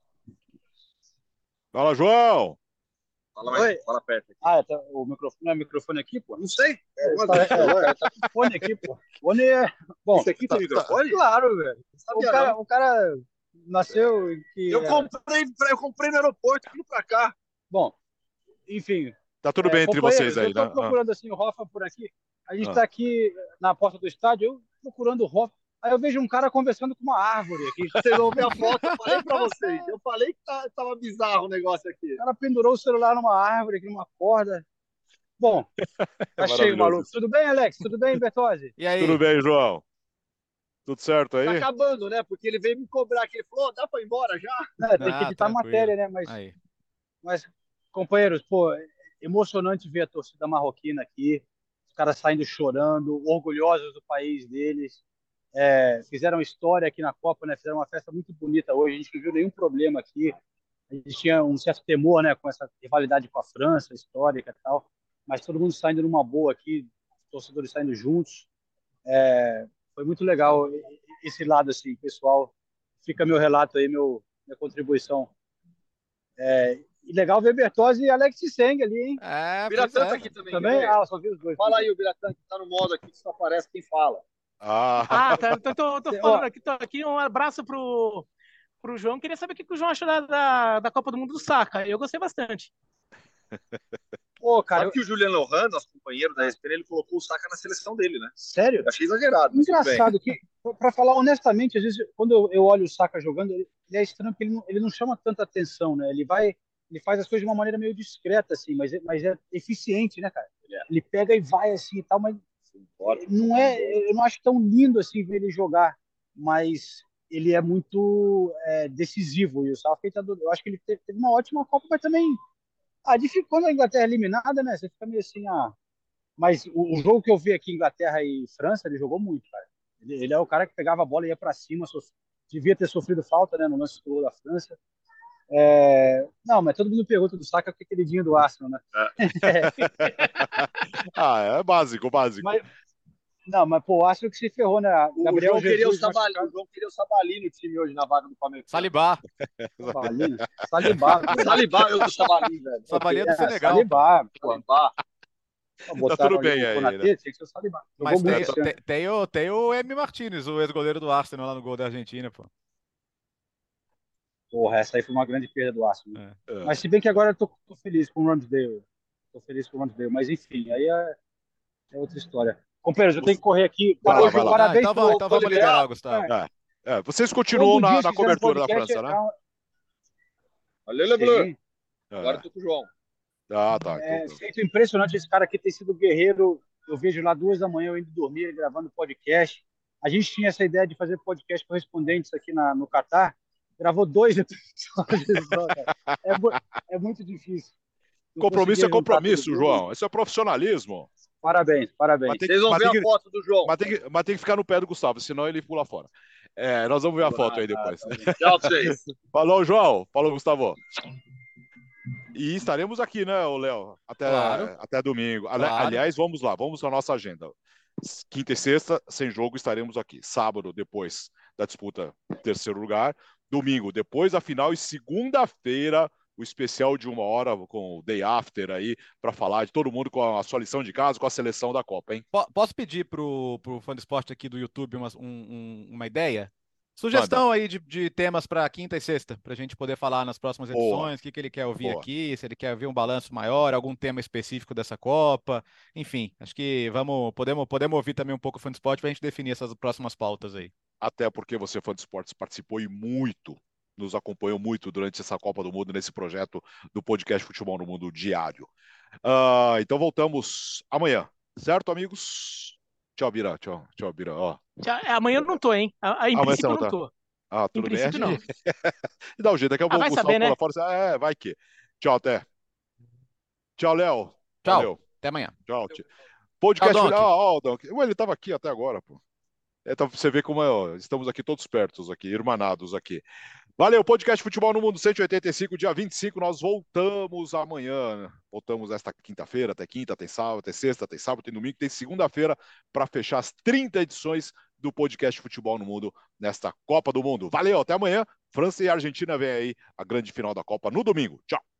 Fala, João! Fala, mais, Oi. fala perto. Ah, tá, o microfone não é microfone aqui, pô? Não sei. É, Tá, é, tá, tá com fone aqui, pô. Fone é. Bom, Esse aqui tem microfone? claro, velho. O Sabia cara, não. o cara nasceu em que. Eu é, comprei, eu comprei no aeroporto, vindo pra cá. Bom, enfim. Tá tudo é, bem entre companheiros, vocês aí, eu tô né? Ah, procurando assim o Rafa por aqui. A gente Ah. tá aqui na porta do estádio, eu procurando o Rafa. Aí eu vejo um cara conversando com uma árvore aqui. Vocês vão ver a foto, eu falei pra vocês. Eu falei que tá- tava bizarro o negócio aqui. O cara pendurou o celular numa árvore, aqui numa corda. Bom, tá cheio, maravilhoso maluco. isso. Tudo bem, Alex? Tudo bem, Bertozzi? E aí? Tudo bem, João? Tudo certo Tá aí? acabando, né? Porque ele veio me cobrar aqui. Ele falou, dá pra ir embora já? É, tem que Ah, editar a tranquilo. matéria, né? Mas Aí. Mas, companheiros, pô, é emocionante ver a torcida marroquina aqui, os caras saindo chorando, orgulhosos do país deles. É, fizeram história aqui na Copa, né? Fizeram uma festa muito bonita hoje. A gente não viu nenhum problema aqui. A gente tinha um certo temor, né, com essa rivalidade com a França, histórica e tal. Mas todo mundo saindo numa boa aqui, os torcedores saindo juntos. É, foi muito legal esse lado, assim, pessoal. Fica meu relato aí, meu, minha contribuição. É, e legal ver Bertozzi e Alex Seng ali, hein? É, O pois Biratã é. tá aqui também. Também? quer ver? Ah, só vi os dois. Fala aí, o Biratã, que tá no modo aqui, que só aparece quem fala. Ah, Ah, tá, tô, tô, tô Ó. falando aqui, tô aqui. Um abraço pro, pro João. Queria saber o que, que o João achou da, da, da Copa do Mundo do Saka. Eu gostei bastante. Pô, cara, Sabe eu- que o Julian Lohan, nosso companheiro da E S P N, ele colocou o Saka na seleção dele, né? sério? Eu achei exagerado. mas tudo bem. Engraçado que, pra falar honestamente, às vezes, quando eu, eu olho o Saka jogando, ele, ele é estranho porque ele não, ele não chama tanta atenção, né? Ele vai, ele faz as coisas de uma maneira meio discreta, assim, mas, é- mas é eficiente, né, cara? Ele pega e vai assim e tal, mas não é, eu não acho tão lindo assim ver ele jogar, mas ele é muito é, decisivo e o Southgate, eu acho que ele te- teve uma ótima Copa, mas também ah, dific- quando a Inglaterra é eliminada, né? Você fica meio assim, ah. Mas o, o jogo que eu vi aqui, Inglaterra e França, ele jogou muito, cara. Ele, ele é o cara que pegava a bola e ia pra cima, so- devia ter sofrido falta, né, no lance do gol da França. É... Não, mas todo mundo pergunta do Saka porque é queridinho do Arsenal, né? Ah, é básico, básico. Mas, não, mas pô, o Arsenal que se ferrou, né? O Gabriel João queria o Jesus Sabali, machucado. o João queria o Sabali no time hoje na vaga do Palmeiras. Salibá. Sabali, Salibá, velho. Salibá, eu do Sabali, velho. Sabalia do É, Senegal. Salibá, pô. Salibá. Tá tudo bem aí, né? Tinha que ser o Salibá. Mas Jogou tem, muito esse ano. tem, tem o, tem o Emi Martinez, o ex-goleiro do Arsenal lá no gol da Argentina, pô. Porra, essa aí foi uma grande perda do Arsenal. Né? É. É. Mas se bem que agora eu tô, tô feliz com o Ramsdale. Tô feliz com o Ramsdale. Mas enfim, aí é, é outra história. Companheiros, eu tenho que correr aqui. Vai lá, vai lá. Ah, Parabéns então, pelo- vai, então vamos pelo- liberar, Gustavo. É, É, vocês continuam todo na, dia na se fizer um cobertura da podcast, França, né? é um- Valeu, Leblanc. Sim. Agora É. eu tô com o João. Ah, tá. É Então, feito impressionante. Esse cara aqui tem sido guerreiro. Eu vejo lá duas da manhã eu indo dormir, gravando podcast. A gente tinha essa ideia de fazer podcast correspondentes aqui na, no Catar. Gravou dois episódios só, cara. É, mu- é muito difícil. Não compromisso é conseguia juntar compromisso, todo mundo. João. Isso é profissionalismo. Parabéns, parabéns. Mas tem, Vocês vão mas ver tem a que, foto do João. mas tem que, mas tem que ficar no pé do Gustavo, senão ele pula fora. É, nós vamos ver a foto aí depois. Ah, tá bom. Tchau pra vocês. Falou, João. Falou, Gustavo. E estaremos aqui, né, ô Léo? Até, Claro. até domingo. Ali- Claro. Aliás, vamos lá, vamos à nossa agenda. Quinta e sexta, sem jogo, estaremos aqui. Sábado, depois da disputa terceiro lugar. Domingo, depois da final. E segunda-feira, o especial de uma hora com o Day After aí, para falar de todo mundo com a sua lição de casa, com a seleção da Copa, hein? Po- Posso pedir pro, pro fã do esporte aqui do YouTube uma, um- um- uma ideia? Sugestão aí de, de temas para quinta e sexta, para a gente poder falar nas próximas Boa. edições, o que, que ele quer ouvir Boa. aqui, se ele quer ouvir um balanço maior, algum tema específico dessa Copa, enfim, acho que vamos, podemos, podemos ouvir também um pouco o fã do esporte para a gente definir essas próximas pautas aí. Até porque você, fã de esportes, participou e muito, nos acompanhou muito durante essa Copa do Mundo, nesse projeto do podcast Futebol no Mundo Diário. Ah, então voltamos amanhã, certo, amigos? Tchau, Bira. Tchau, tchau, Bira. Ó. Já- amanhã eu não tô, hein? A- a- Em Amanhã princípio você eu não não tá? tô. Ah, Em tudo bem. princípio não. E dá um jeito, daqui a Ah, pouco vai o Gustavo saber, né? pula fora. Você- É, vai que. Tchau, até. Tchau, Léo. Tchau, Valeu. até amanhã. Tchau. tio. Podcast. Tchau, Donk. Ah, ó, o Donk. Ué, ele tava aqui até agora, pô. É, tá- você vê como é, ó, estamos aqui todos pertos aqui, irmanados aqui. Valeu, podcast Futebol no Mundo cento e oitenta e cinco, dia vinte e cinco, nós voltamos amanhã. Voltamos esta quinta-feira, até quinta, tem sábado, tem sexta, tem sábado, tem domingo, tem segunda-feira para fechar as trinta edições do podcast Futebol no Mundo nesta Copa do Mundo. Valeu, até amanhã. França e Argentina vem aí a grande final da Copa no domingo. Tchau.